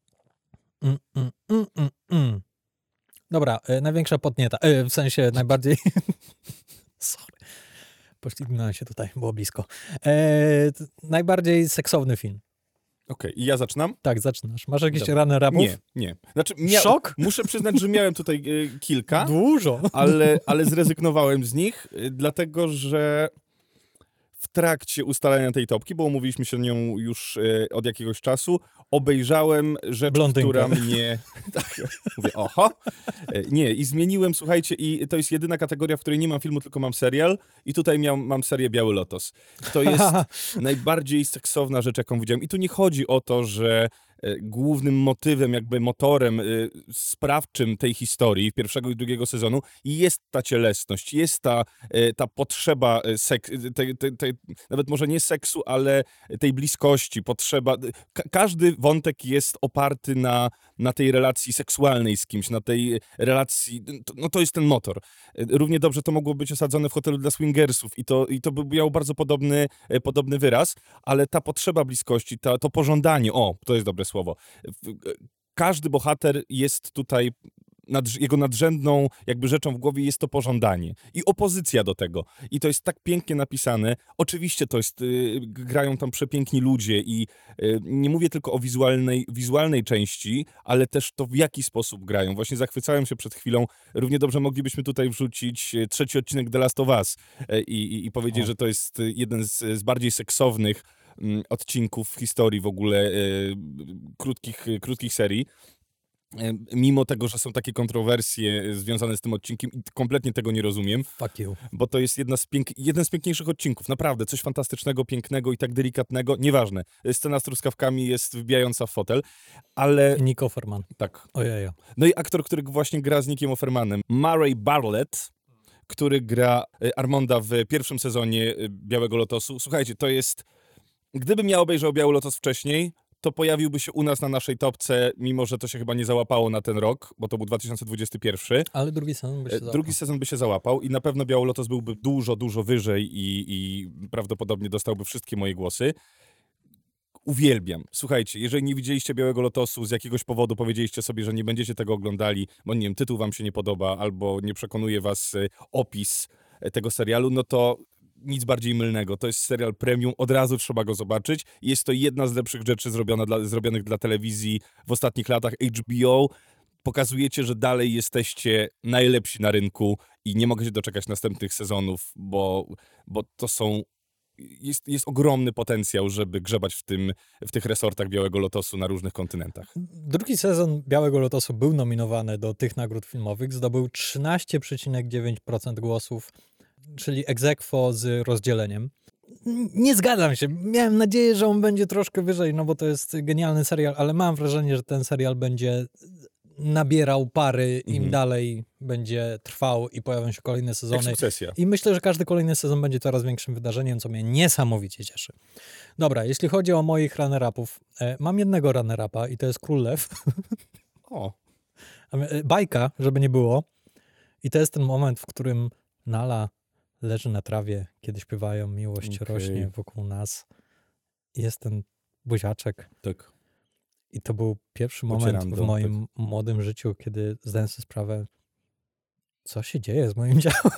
Dobra, największa potnieta. W sensie najbardziej... Sorry. Poślizgnąłem się tutaj, było blisko. Najbardziej seksowny film. Okej, i ja zaczynam? Tak, zaczynasz. Masz jakieś Dobra. runner-upów? Nie. Znaczy, Szok? Muszę przyznać, że miałem tutaj kilka, Dużo. ale zrezygnowałem z nich, dlatego że w trakcie ustalania tej topki, bo umówiliśmy się nią już od jakiegoś czasu, obejrzałem rzecz, Blondynkę. która mnie... Tak, mówię, oho. Nie, i zmieniłem, słuchajcie, i to jest jedyna kategoria, w której nie mam filmu, tylko mam serial i tutaj mam serię Biały Lotos. To jest najbardziej seksowna rzecz, jaką widziałem. I tu nie chodzi o to, że głównym motywem, jakby motorem sprawczym tej historii, pierwszego i drugiego sezonu, jest ta cielesność, jest ta potrzeba nawet może nie seksu, ale tej bliskości, potrzeba... Każdy wątek jest oparty na tej relacji seksualnej z kimś, na tej relacji... No to jest ten motor. Równie dobrze to mogło być osadzone w hotelu dla swingersów i to by miało bardzo podobny wyraz, ale ta potrzeba bliskości, to pożądanie, to jest dobre słowo. Każdy bohater jest tutaj jego nadrzędną jakby rzeczą w głowie jest to pożądanie. I opozycja do tego. I to jest tak pięknie napisane. Oczywiście to jest, grają tam przepiękni ludzie i nie mówię tylko o wizualnej części, ale też to, w jaki sposób grają. Właśnie zachwycałem się przed chwilą. Równie dobrze moglibyśmy tutaj wrzucić 3. odcinek The Last of Us i powiedzieć, że to jest jeden z bardziej seksownych odcinków w historii w ogóle krótkich serii. Mimo tego, że są takie kontrowersje związane z tym odcinkiem i kompletnie tego nie rozumiem. Fuck you. Bo to jest jeden z piękniejszych odcinków. Naprawdę, coś fantastycznego, pięknego i tak delikatnego. Nieważne. Scena z truskawkami jest wbijająca w fotel, ale... Nick Offerman. Tak. Ojejo. No i aktor, który właśnie gra z Nickiem Offermanem. Murray Bartlett, który gra Armonda w pierwszym sezonie Białego Lotosu. Słuchajcie, to jest... Gdybym ja obejrzał Biały Lotos wcześniej, to pojawiłby się u nas na naszej topce, mimo że to się chyba nie załapało na ten rok, bo to był 2021. Ale drugi sezon by się załapał. Drugi sezon by się załapał i na pewno Biały Lotos byłby dużo wyżej i prawdopodobnie dostałby wszystkie moje głosy. Uwielbiam. Słuchajcie, jeżeli nie widzieliście Białego Lotosu, z jakiegoś powodu powiedzieliście sobie, że nie będziecie tego oglądali, bo nie wiem, tytuł wam się nie podoba albo nie przekonuje was opis tego serialu, no to nic bardziej mylnego. To jest serial premium, od razu trzeba go zobaczyć. Jest to jedna z lepszych rzeczy zrobionych dla telewizji w ostatnich latach. HBO, pokazujecie, że dalej jesteście najlepsi na rynku i nie mogę się doczekać następnych sezonów, bo to są... Jest ogromny potencjał, żeby grzebać w tych resortach Białego Lotosu na różnych kontynentach. Drugi sezon Białego Lotosu był nominowany do tych nagród filmowych, zdobył 13,9% głosów, czyli ex aequo z Rozdzieleniem. Nie zgadzam się. Miałem nadzieję, że on będzie troszkę wyżej, no bo to jest genialny serial, ale mam wrażenie, że ten serial będzie nabierał pary, im dalej będzie trwał i pojawią się kolejne sezony. Jak Sukcesja. I myślę, że każdy kolejny sezon będzie coraz większym wydarzeniem, co mnie niesamowicie cieszy. Dobra, jeśli chodzi o moich runner-upów, mam jednego runner-upa i to jest Król Lew. O. Bajka, żeby nie było. I to jest ten moment, w którym Nala leży na trawie, kiedy śpiewają Miłość rośnie wokół nas. Jest ten buziaczek. Tak. I to był pierwszy moment w moim młodym życiu, kiedy zdałem sobie sprawę, co się dzieje z moim ciałem.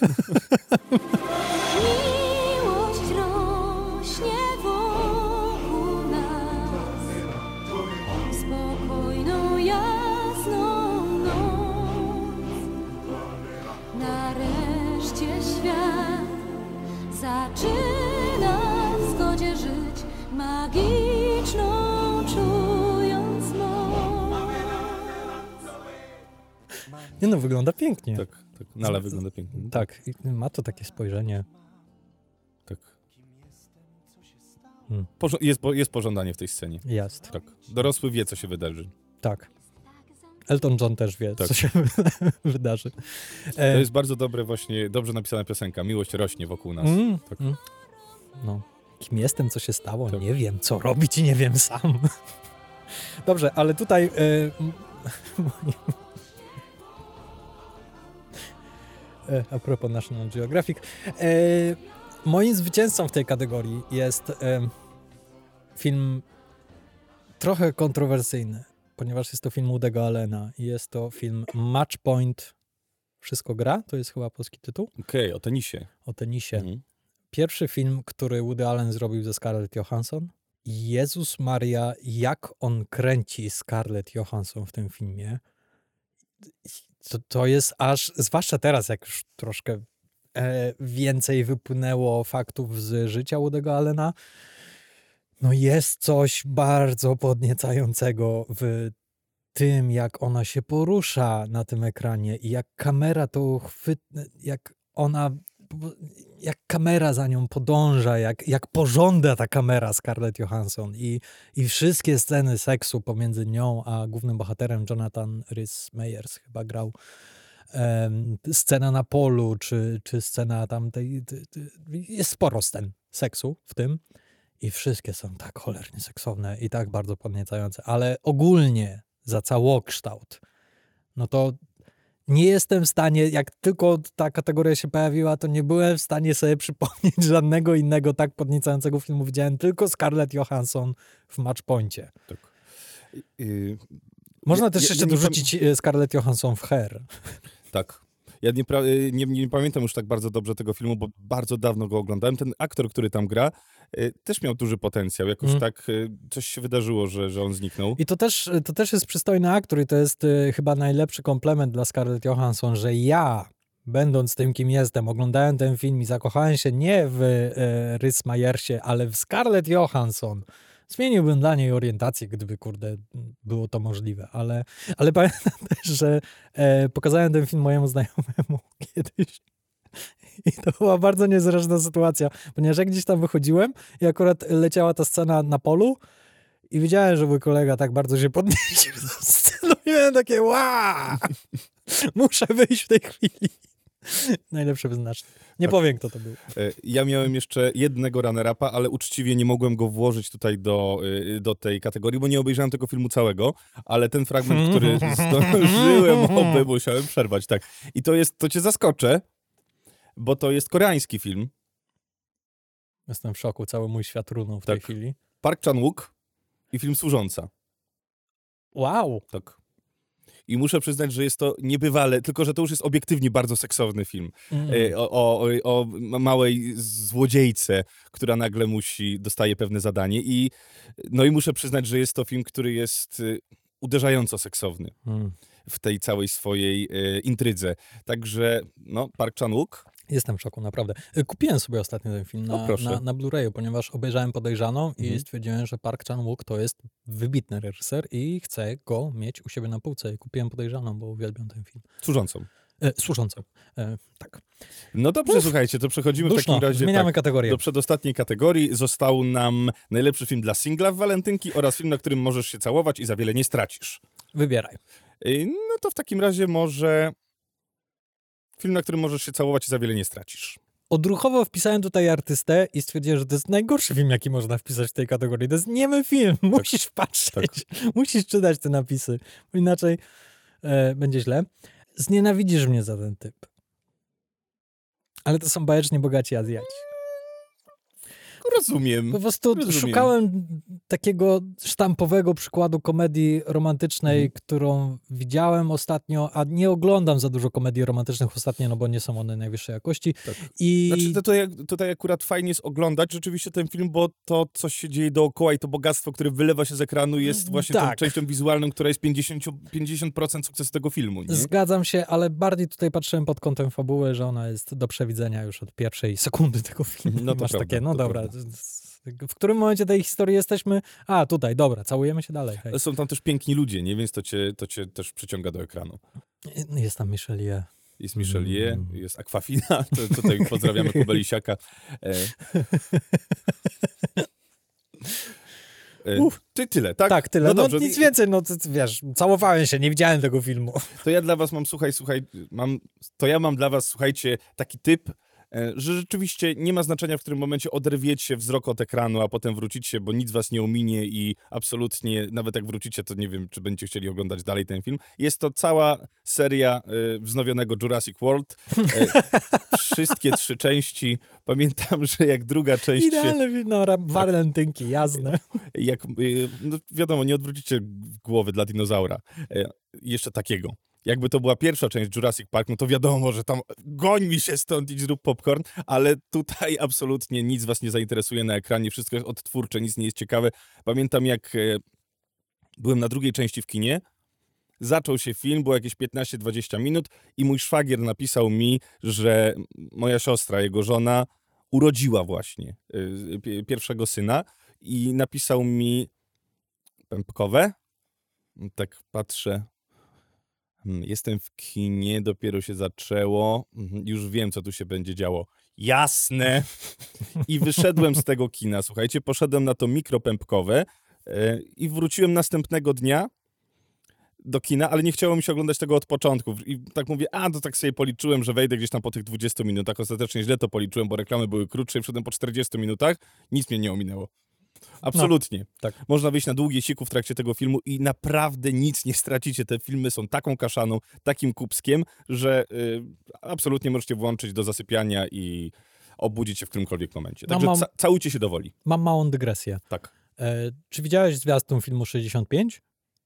Miłość rośnie wokół nas, spokojną, jasną noc. Nareszcie świat zaczyna w zgodzie żyć, magiczną czując moc. Nie no, wygląda pięknie. Tak. Nala wygląda pięknie. Tak, i ma to takie spojrzenie. Tak. Hmm. Jest pożądanie w tej scenie. Jest. Tak. Dorosły wie, co się wydarzy. Tak. Elton John też wie, Tak. co się wydarzy. To jest bardzo dobrze napisana piosenka. Miłość rośnie wokół nas. Tak. No. Kim jestem, co się stało? Tak. Nie wiem, co robić i nie wiem sam. Dobrze, ale tutaj... a propos National Geographic. Moim zwycięzcą w tej kategorii jest film trochę kontrowersyjny, ponieważ jest to film Woody'ego Allena i jest to film Match Point. Wszystko gra? To jest chyba polski tytuł. Okej, o tenisie. O tenisie. Pierwszy film, który Woody Allen zrobił ze Scarlett Johansson. Jezus Maria, jak on kręci Scarlett Johansson w tym filmie. To jest aż, zwłaszcza teraz, jak już troszkę więcej wypłynęło faktów z życia Woody'ego Allena, no jest coś bardzo podniecającego w tym, jak ona się porusza na tym ekranie i jak kamera to jak kamera za nią podąża, jak pożąda ta kamera Scarlett Johansson i wszystkie sceny seksu pomiędzy nią a głównym bohaterem Jonathan Rhys Meyers chyba grał. Scena na polu, czy scena tam jest sporo scen seksu w tym i wszystkie są tak cholernie seksowne i tak bardzo podniecające, ale ogólnie za całokształt, no to nie jestem w stanie, jak tylko ta kategoria się pojawiła, to nie byłem w stanie sobie przypomnieć żadnego innego tak podniecającego filmu. Widziałem tylko Scarlett Johansson w Matchpoincie. Tak. Można też ja jeszcze nie dorzucić Scarlett Johansson w Her. Tak. Ja nie pamiętam już tak bardzo dobrze tego filmu, bo bardzo dawno go oglądałem. Ten aktor, który tam gra, też miał duży potencjał. Jakoś tak coś się wydarzyło, że on zniknął. I to też jest przystojny aktor i to jest chyba najlepszy komplement dla Scarlett Johansson, że ja, będąc tym, kim jestem, oglądałem ten film i zakochałem się nie w Rhys Majersie, ale w Scarlett Johansson. Zmieniłbym dla niej orientację, gdyby, kurde, było to możliwe, ale pamiętam też, że pokazałem ten film mojemu znajomemu kiedyś i to była bardzo niezręczna sytuacja, ponieważ jak gdzieś tam wychodziłem i akurat leciała ta scena na polu i widziałem, że mój kolega tak bardzo się podniecił tą sceną i miałem takie muszę wyjść w tej chwili. Najlepszy wyznacznik. Nie powiem, kto to był. Ja miałem jeszcze jednego runner-upa, ale uczciwie nie mogłem go włożyć tutaj do tej kategorii, bo nie obejrzałem tego filmu całego, ale ten fragment, który zdążyłem, musiałem przerwać, tak. I to cię zaskoczę, bo to jest koreański film. Jestem w szoku, cały mój świat runął w tej chwili. Park Chan-wook i film Służąca. Wow! Tak. I muszę przyznać, że jest to niebywale, tylko że to już jest obiektywnie bardzo seksowny film. O małej złodziejce, która nagle dostaje pewne zadanie. I muszę przyznać, że jest to film, który jest uderzająco seksowny w tej całej swojej intrydze. Także, Park Chan-wook. Jestem w szoku, naprawdę. Kupiłem sobie ostatnio ten film na Blu-rayu, ponieważ obejrzałem Podejrzaną i stwierdziłem, że Park Chan-wook to jest wybitny reżyser i chcę go mieć u siebie na półce. I kupiłem Podejrzaną, bo uwielbiam ten film. Służącą. Służącą, tak. No dobrze, słuchajcie, to przechodzimy w takim razie zmieniamy kategorię. do przedostatniej kategorii. Został nam najlepszy film dla singla w walentynki oraz film, na którym możesz się całować i za wiele nie stracisz. Wybieraj. No to w takim razie może film, na którym możesz się całować i za wiele nie stracisz. Odruchowo wpisałem tutaj artystę i stwierdziłem, że to jest najgorszy film, jaki można wpisać w tej kategorii. To jest niemy film. Musisz patrzeć. Musisz czytać te napisy, bo inaczej będzie źle. Znienawidzisz mnie za ten typ. Ale to są bajecznie bogaci Azjaci. Rozumiem. Po prostu szukałem takiego sztampowego przykładu komedii romantycznej, którą widziałem ostatnio, a nie oglądam za dużo komedii romantycznych ostatnio, bo nie są one najwyższej jakości. Tak. I... Znaczy, tutaj akurat fajnie jest oglądać rzeczywiście ten film, bo to, co się dzieje dookoła i to bogactwo, które wylewa się z ekranu, jest właśnie tą częścią wizualną, która jest 50% sukcesu tego filmu. Nie? Zgadzam się, ale bardziej tutaj patrzyłem pod kątem fabuły, że ona jest do przewidzenia już od pierwszej sekundy tego filmu. No to masz prawda, takie, no to dobra, prawda. w którym momencie tej historii jesteśmy? A, tutaj, dobra, całujemy się dalej. Hej. Są tam też piękni ludzie, nie? Więc to cię też przyciąga do ekranu. Jest tam Michelle Yeoh. Jest Michelle Yeoh, jest Aquafina, tutaj pozdrawiamy Kubelisiaka. Tyle, tak? Tak, tyle. No dobrze. Nic więcej, wiesz, całowałem się, nie widziałem tego filmu. To ja dla was mam, mam dla was, słuchajcie, taki typ, że rzeczywiście nie ma znaczenia, w którym momencie oderwiecie wzrok od ekranu, a potem wrócicie, bo nic was nie ominie i absolutnie, nawet jak wrócicie, to nie wiem, czy będziecie chcieli oglądać dalej ten film. Jest to cała seria wznowionego Jurassic World. Wszystkie 3 części. Pamiętam, że jak druga część... Idealne wino, walentynki, jasne. Wiadomo, nie odwrócicie głowy dla dinozaura. Jeszcze takiego. Jakby to była pierwsza część Jurassic Park, no to wiadomo, że tam goń mi się stąd, idź zrób popcorn, ale tutaj absolutnie nic was nie zainteresuje na ekranie, wszystko jest odtwórcze, nic nie jest ciekawe. Pamiętam, jak byłem na drugiej części w kinie, zaczął się film, było jakieś 15-20 minut i mój szwagier napisał mi, że moja siostra, jego żona, urodziła właśnie pierwszego syna i napisał mi pępkowe. Tak patrzę... Jestem w kinie, dopiero się zaczęło, już wiem, co tu się będzie działo. Jasne! I wyszedłem z tego kina, słuchajcie, poszedłem na to mikropępkowe i wróciłem następnego dnia do kina, ale nie chciało mi się oglądać tego od początku. I tak mówię, to tak sobie policzyłem, że wejdę gdzieś tam po tych 20 minutach. Ostatecznie źle to policzyłem, bo reklamy były krótsze i wszedłem po 40 minutach. Nic mnie nie ominęło. Absolutnie. Tak. Można wyjść na długie siku w trakcie tego filmu i naprawdę nic nie stracicie. Te filmy są taką kaszaną, takim kupskiem, że absolutnie możecie włączyć do zasypiania i obudzić się w którymkolwiek momencie. Także całujcie się do woli. Mam małą dygresję. Tak. Czy widziałeś zwiastun filmu 65?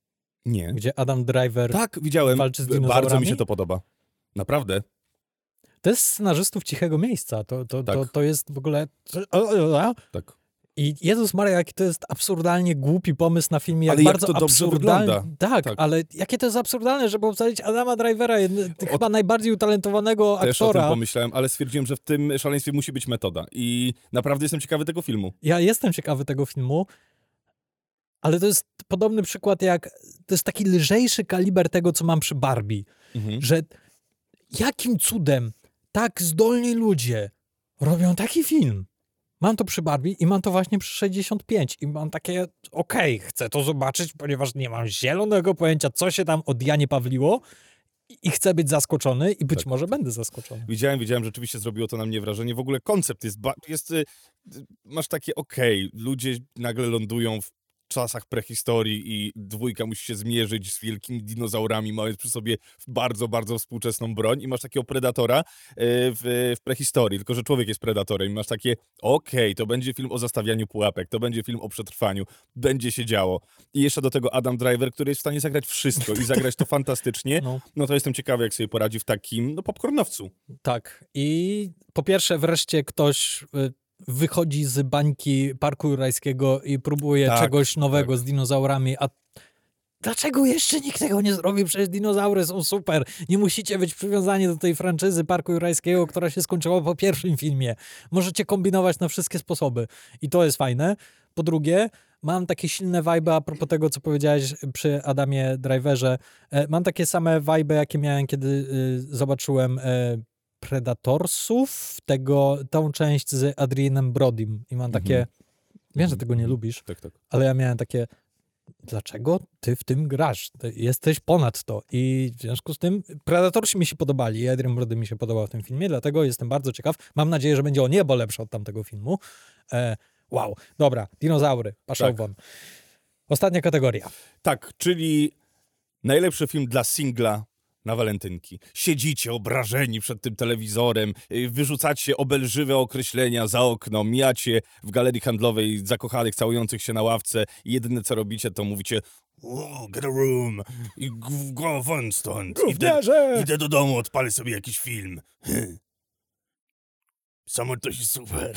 Nie. gdzie Adam Driver Tak, widziałem. walczy z Bardzo mi dinozaurami? się to podoba. Naprawdę. To jest scenarzystów Cichego Miejsca. Tak. To jest w ogóle... Tak. I Jezus Maria, jaki to jest absurdalnie głupi pomysł na filmie, jak Ale jak bardzo to dobrze absurdalnie... wygląda. Tak, Tak. ale jakie to jest absurdalne, żeby obsadzić Adama Drivera, chyba najbardziej utalentowanego Też o tym aktora. pomyślałem, ale stwierdziłem, że w tym szaleństwie musi być metoda. I naprawdę jestem ciekawy tego filmu. Ja jestem ciekawy tego filmu, ale to jest podobny przykład jak... To jest taki lżejszy kaliber tego, co mam przy Barbie. Mhm. Że jakim cudem tak zdolni ludzie robią taki film. Mam to przy Barbie i mam to właśnie przy 65 i mam takie, okej, chcę to zobaczyć, ponieważ nie mam zielonego pojęcia, co się tam od Janie Pawliło i chcę być zaskoczony i być Tak. może będę zaskoczony. Widziałem, rzeczywiście zrobiło to na mnie wrażenie. W ogóle koncept masz takie ludzie nagle lądują w czasach prehistorii i dwójka musi się zmierzyć z wielkimi dinozaurami, mając przy sobie bardzo, bardzo współczesną broń i masz takiego predatora w prehistorii, tylko że człowiek jest predatorem i masz takie, to będzie film o zastawianiu pułapek, to będzie film o przetrwaniu, będzie się działo. I jeszcze do tego Adam Driver, który jest w stanie zagrać wszystko i zagrać to fantastycznie, no to jestem ciekawy, jak sobie poradzi w takim, popcornowcu. Tak. I po pierwsze wreszcie ktoś wychodzi z bańki Parku Jurajskiego i próbuje Tak, czegoś nowego tak. z dinozaurami, a dlaczego jeszcze nikt tego nie zrobił? Przecież dinozaury są super. Nie musicie być przywiązani do tej franczyzy Parku Jurajskiego, która się skończyła po pierwszym filmie. Możecie kombinować na wszystkie sposoby. I to jest fajne. Po drugie, mam takie silne vibe a propos tego, co powiedziałeś przy Adamie Driverze. Mam takie same vibe, jakie miałem, kiedy zobaczyłem Predatorsów, tą część z Adrianem Brodym. I mam takie, wiem, że tego nie lubisz, Tak. ale ja miałem takie, dlaczego ty w tym grasz? Ty jesteś ponad to. I w związku z tym Predatorsi mi się podobali i Adrian Brody mi się podobał w tym filmie, dlatego jestem bardzo ciekaw. Mam nadzieję, że będzie o niebo lepszy od tamtego filmu. Wow. Dobra, dinozaury, paszowon. Ostatnia kategoria. Tak, czyli najlepszy film dla singla na walentynki. Siedzicie obrażeni przed tym telewizorem, wyrzucacie obelżywe określenia za okno, mijacie w galerii handlowej zakochanych całujących się na ławce i jedyne co robicie, to mówicie get a room i go won stąd. Idę do domu, odpalę sobie jakiś film. Samotność jest super.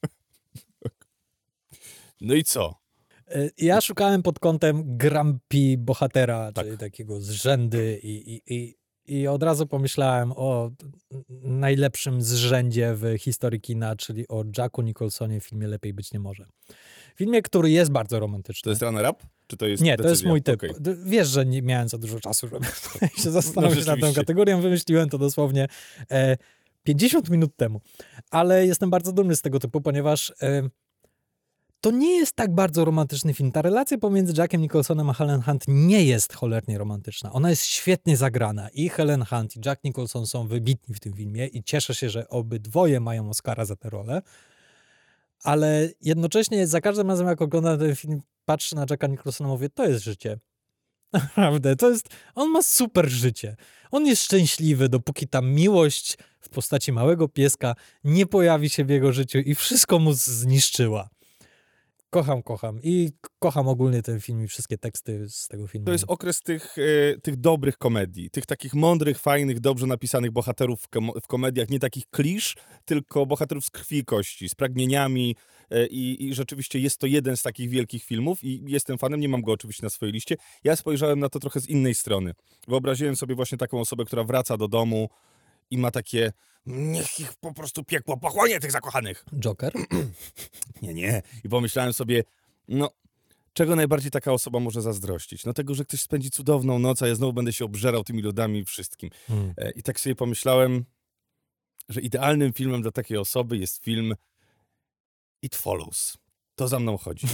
No i co? Ja szukałem pod kątem grumpy bohatera, Tak. czyli takiego zrzędy i od razu pomyślałem o najlepszym zrzędzie w historii kina, czyli o Jacku Nicholsonie w filmie Lepiej być nie może. Filmie, który jest bardzo romantyczny. To jest runner-up? Czy to jest Nie, to jest decyzja? mój typ. Okej. Wiesz, że nie miałem za dużo czasu, żeby się zastanowić nad tą rzeczywiście. kategorią. Wymyśliłem to dosłownie 50 minut temu. Ale jestem bardzo dumny z tego typu, ponieważ to nie jest tak bardzo romantyczny film. Ta relacja pomiędzy Jackiem Nicholsonem a Helen Hunt nie jest cholernie romantyczna. Ona jest świetnie zagrana. I Helen Hunt, i Jack Nicholson są wybitni w tym filmie i cieszę się, że obydwoje mają Oscara za tę rolę. Ale jednocześnie za każdym razem, jak oglądam ten film, patrzę na Jacka Nicholsona i mówię, to jest życie. Naprawdę, on ma super życie. On jest szczęśliwy, dopóki ta miłość w postaci małego pieska nie pojawi się w jego życiu i wszystko mu zniszczyła. Kocham i kocham ogólnie ten film i wszystkie teksty z tego filmu. To jest okres tych dobrych komedii, tych takich mądrych, fajnych, dobrze napisanych bohaterów w komediach, nie takich klisz, tylko bohaterów z krwi i kości, z pragnieniami i rzeczywiście jest to jeden z takich wielkich filmów i jestem fanem, nie mam go oczywiście na swojej liście. Ja spojrzałem na to trochę z innej strony. Wyobraziłem sobie właśnie taką osobę, która wraca do domu i ma takie, niech ich po prostu piekło pochłonie tych zakochanych. Joker? Nie. I pomyślałem sobie, czego najbardziej taka osoba może zazdrościć? No tego, że ktoś spędzi cudowną noc, a ja znowu będę się obżerał tymi lodami i wszystkim. I tak sobie pomyślałem, że idealnym filmem dla takiej osoby jest film It Follows. To za mną chodzi.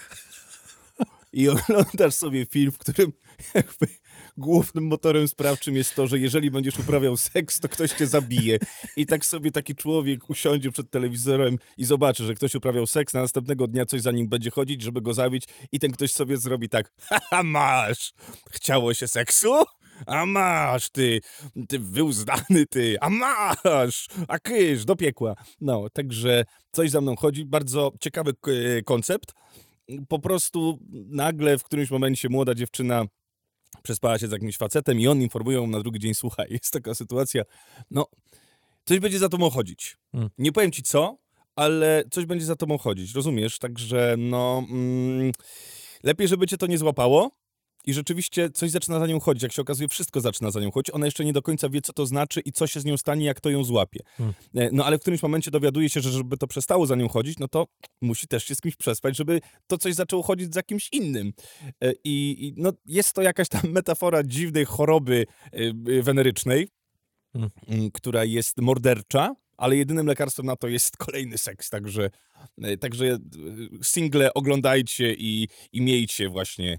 I oglądasz sobie film, w którym jakby głównym motorem sprawczym jest to, że jeżeli będziesz uprawiał seks, to ktoś cię zabije. I tak sobie taki człowiek usiądzie przed telewizorem i zobaczy, że ktoś uprawiał seks, a następnego dnia coś za nim będzie chodzić, żeby go zabić i ten ktoś sobie zrobi tak, haha, masz! Chciało się seksu? A masz, ty wyuzdany ty, a masz! A kysz, do piekła. No, także coś za mną chodzi. Bardzo ciekawy koncept. Po prostu nagle w którymś momencie młoda dziewczyna przespała się z jakimś facetem i on informuje ją na drugi dzień, słuchaj, jest taka sytuacja, no, coś będzie za tobą chodzić. Nie powiem ci co, ale coś będzie za tobą chodzić, rozumiesz? Także no, lepiej, żeby cię to nie złapało i rzeczywiście coś zaczyna za nią chodzić. Jak się okazuje, wszystko zaczyna za nią chodzić. Ona jeszcze nie do końca wie, co to znaczy i co się z nią stanie, jak to ją złapie. No ale w którymś momencie dowiaduje się, że żeby to przestało za nią chodzić, no to musi też się z kimś przespać, żeby to coś zaczęło chodzić za kimś innym. No, jest to jakaś tam metafora dziwnej choroby wenerycznej, która jest mordercza, ale jedynym lekarstwem na to jest kolejny seks. Także single oglądajcie i miejcie właśnie.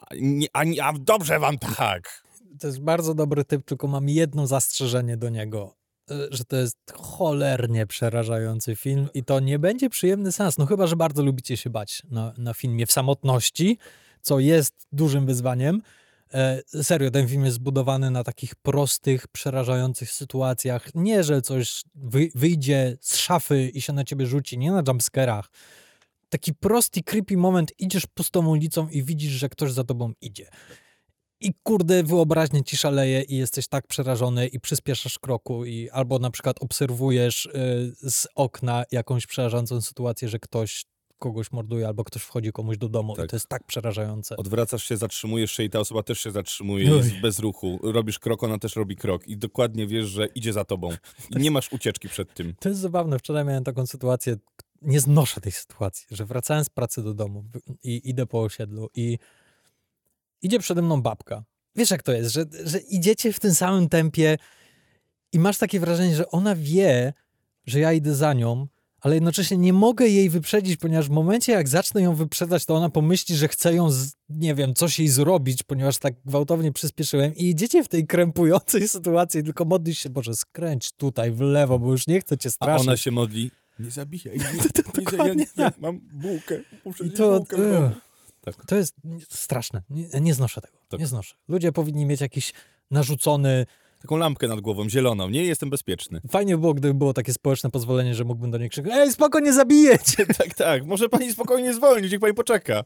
A dobrze wam tak. To jest bardzo dobry typ, tylko mam jedno zastrzeżenie do niego, że to jest cholernie przerażający film i to nie będzie przyjemny seans, no chyba, że bardzo lubicie się bać na filmie w samotności, co jest dużym wyzwaniem. Serio, ten film jest zbudowany na takich prostych, przerażających sytuacjach. Nie, że coś wyjdzie z szafy i się na ciebie rzuci, nie na jumpscarach. Taki prosty, creepy moment, idziesz pustą ulicą i widzisz, że ktoś za tobą idzie. I kurde, wyobraźnia ci szaleje i jesteś tak przerażony i przyspieszasz kroku i albo na przykład obserwujesz z okna jakąś przerażającą sytuację, że ktoś kogoś morduje albo ktoś wchodzi komuś do domu i to jest tak przerażające. Odwracasz się, zatrzymujesz się i ta osoba też się zatrzymuje, jest bez ruchu. Robisz krok, ona też robi krok i dokładnie wiesz, że idzie za tobą. I nie masz ucieczki przed tym. To jest zabawne. Wczoraj miałem taką sytuację, nie znoszę tej sytuacji, że wracałem z pracy do domu i idę po osiedlu i idzie przede mną babka. Wiesz jak to jest, że idziecie w tym samym tempie i masz takie wrażenie, że ona wie, że ja idę za nią, ale jednocześnie nie mogę jej wyprzedzić, ponieważ w momencie jak zacznę ją wyprzedzać, to ona pomyśli, że chcę ją, nie wiem, coś jej zrobić, ponieważ tak gwałtownie przyspieszyłem i idziecie w tej krępującej sytuacji, tylko modlisz się, Boże, skręć tutaj w lewo, bo już nie chcę cię straszyć. A ona się modli, nie zabijaj mnie, ja mam bułkę, muszę I zjeść bułkę. To jest straszne. Nie znoszę tego. Tak. Nie znoszę. Ludzie powinni mieć jakiś narzucony... Taką lampkę nad głową, zieloną, nie jestem bezpieczny. Fajnie by było, gdyby było takie społeczne pozwolenie, że mógłbym do niej krzyknąć: ej, spoko, nie zabijecie! Tak, może pani spokojnie zwolnić, niech pani poczeka.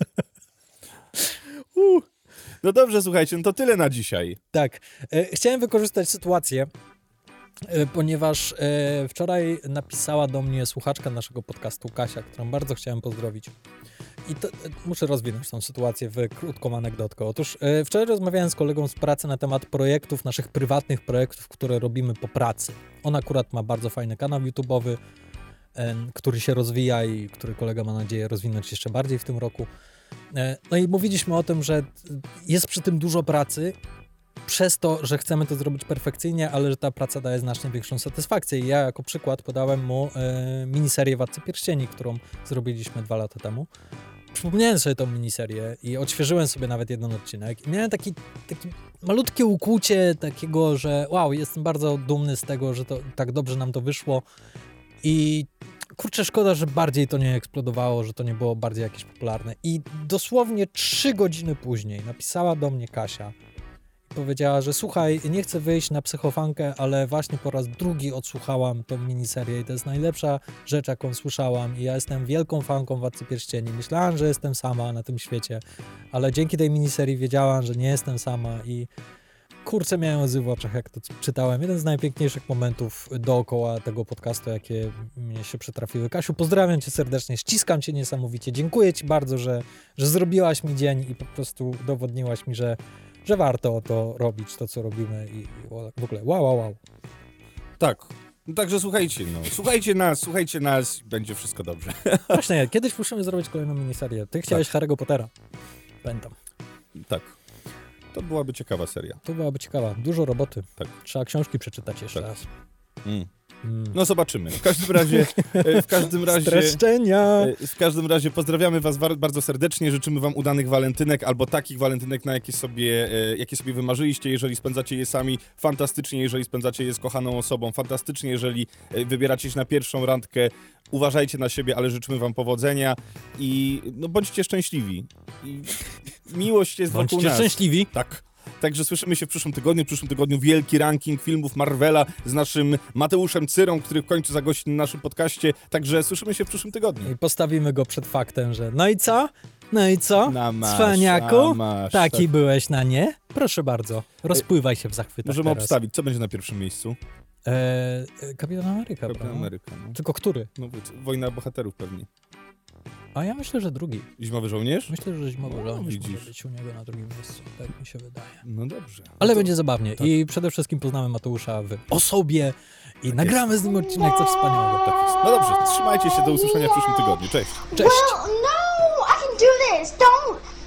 No dobrze, słuchajcie, no to tyle na dzisiaj. Tak. Chciałem wykorzystać sytuację, ponieważ wczoraj napisała do mnie słuchaczka naszego podcastu, Kasia, którą bardzo chciałem pozdrowić. I to, muszę rozwinąć tą sytuację w krótką anegdotkę. Otóż wczoraj rozmawiałem z kolegą z pracy na temat projektów, naszych prywatnych projektów, które robimy po pracy. On akurat ma bardzo fajny kanał YouTube'owy, który się rozwija i który kolega ma nadzieję rozwinąć jeszcze bardziej w tym roku. No i mówiliśmy o tym, że jest przy tym dużo pracy, przez to, że chcemy to zrobić perfekcyjnie, ale że ta praca daje znacznie większą satysfakcję. I ja jako przykład podałem mu miniserię Władcy Pierścieni, którą zrobiliśmy 2 lata temu. Przypomniałem sobie tą miniserię i odświeżyłem sobie nawet jeden odcinek. I miałem takie malutkie ukłucie takiego, że wow, jestem bardzo dumny z tego, że to tak dobrze nam to wyszło. I kurczę, szkoda, że bardziej to nie eksplodowało, że to nie było bardziej jakieś popularne. I dosłownie 3 godziny później napisała do mnie Kasia. Powiedziała, że słuchaj, nie chcę wyjść na psychofankę, ale właśnie po raz drugi odsłuchałam tą miniserię i to jest najlepsza rzecz, jaką słyszałam i ja jestem wielką fanką Władcy Pierścieni. Myślałam, że jestem sama na tym świecie, ale dzięki tej miniserii wiedziałam, że nie jestem sama i kurczę, miałem łzy w oczach, jak to czytałem. Jeden z najpiękniejszych momentów dookoła tego podcastu, jakie mnie się przytrafiły. Kasiu, pozdrawiam cię serdecznie, ściskam cię niesamowicie, dziękuję ci bardzo, że zrobiłaś mi dzień i po prostu udowodniłaś mi, że warto to robić, to co robimy i w ogóle wow. Tak. No, także słuchajcie, słuchajcie nas, będzie wszystko dobrze. Właśnie, kiedyś musimy zrobić kolejną miniserię. Ty chciałeś Harry'ego Pottera. Pamiętam. Tak. To byłaby ciekawa seria. To byłaby ciekawa. Dużo roboty. Tak. Trzeba książki przeczytać jeszcze Tak. raz. No zobaczymy. W każdym razie Streszczenia! W każdym razie pozdrawiamy was bardzo serdecznie, życzymy wam udanych walentynek albo takich walentynek, na jakie sobie wymarzyliście. Jeżeli spędzacie je sami, fantastycznie. Jeżeli spędzacie je z kochaną osobą, fantastycznie. Jeżeli wybieracie się na pierwszą randkę, uważajcie na siebie, ale życzymy wam powodzenia i no bądźcie szczęśliwi. I miłość jest wokół nas. Bądźcie szczęśliwi. Tak. Także słyszymy się w przyszłym tygodniu. W przyszłym tygodniu wielki ranking filmów Marvela z naszym Mateuszem Cyrą, który w końcu zagości na naszym podcaście. Także słyszymy się w przyszłym tygodniu. I postawimy go przed faktem, że no i co? No i co? Cwaniaku? a masz, Taki tak. byłeś na nie? Proszę bardzo, rozpływaj się w zachwytach Możemy teraz. obstawić, co będzie na pierwszym miejscu? Kapitan Ameryka, Kapitan prawda? Ameryka, no. Tylko który? No, Wojna bohaterów pewnie. A ja myślę, że drugi. Zimowy żołnierz? Myślę, że Zimowy No, Żołnierz widzisz. może być u niego na drugim miejscu. Tak mi się wydaje. No dobrze. Ale No to- będzie zabawnie. tak. I przede wszystkim poznamy Mateusza w osobie i nagramy z nim odcinek, co wspaniałego. Tak jest. No dobrze, trzymajcie się, do usłyszenia w przyszłym tygodniu. Cześć! Cześć! Well, no, I can do this. Don't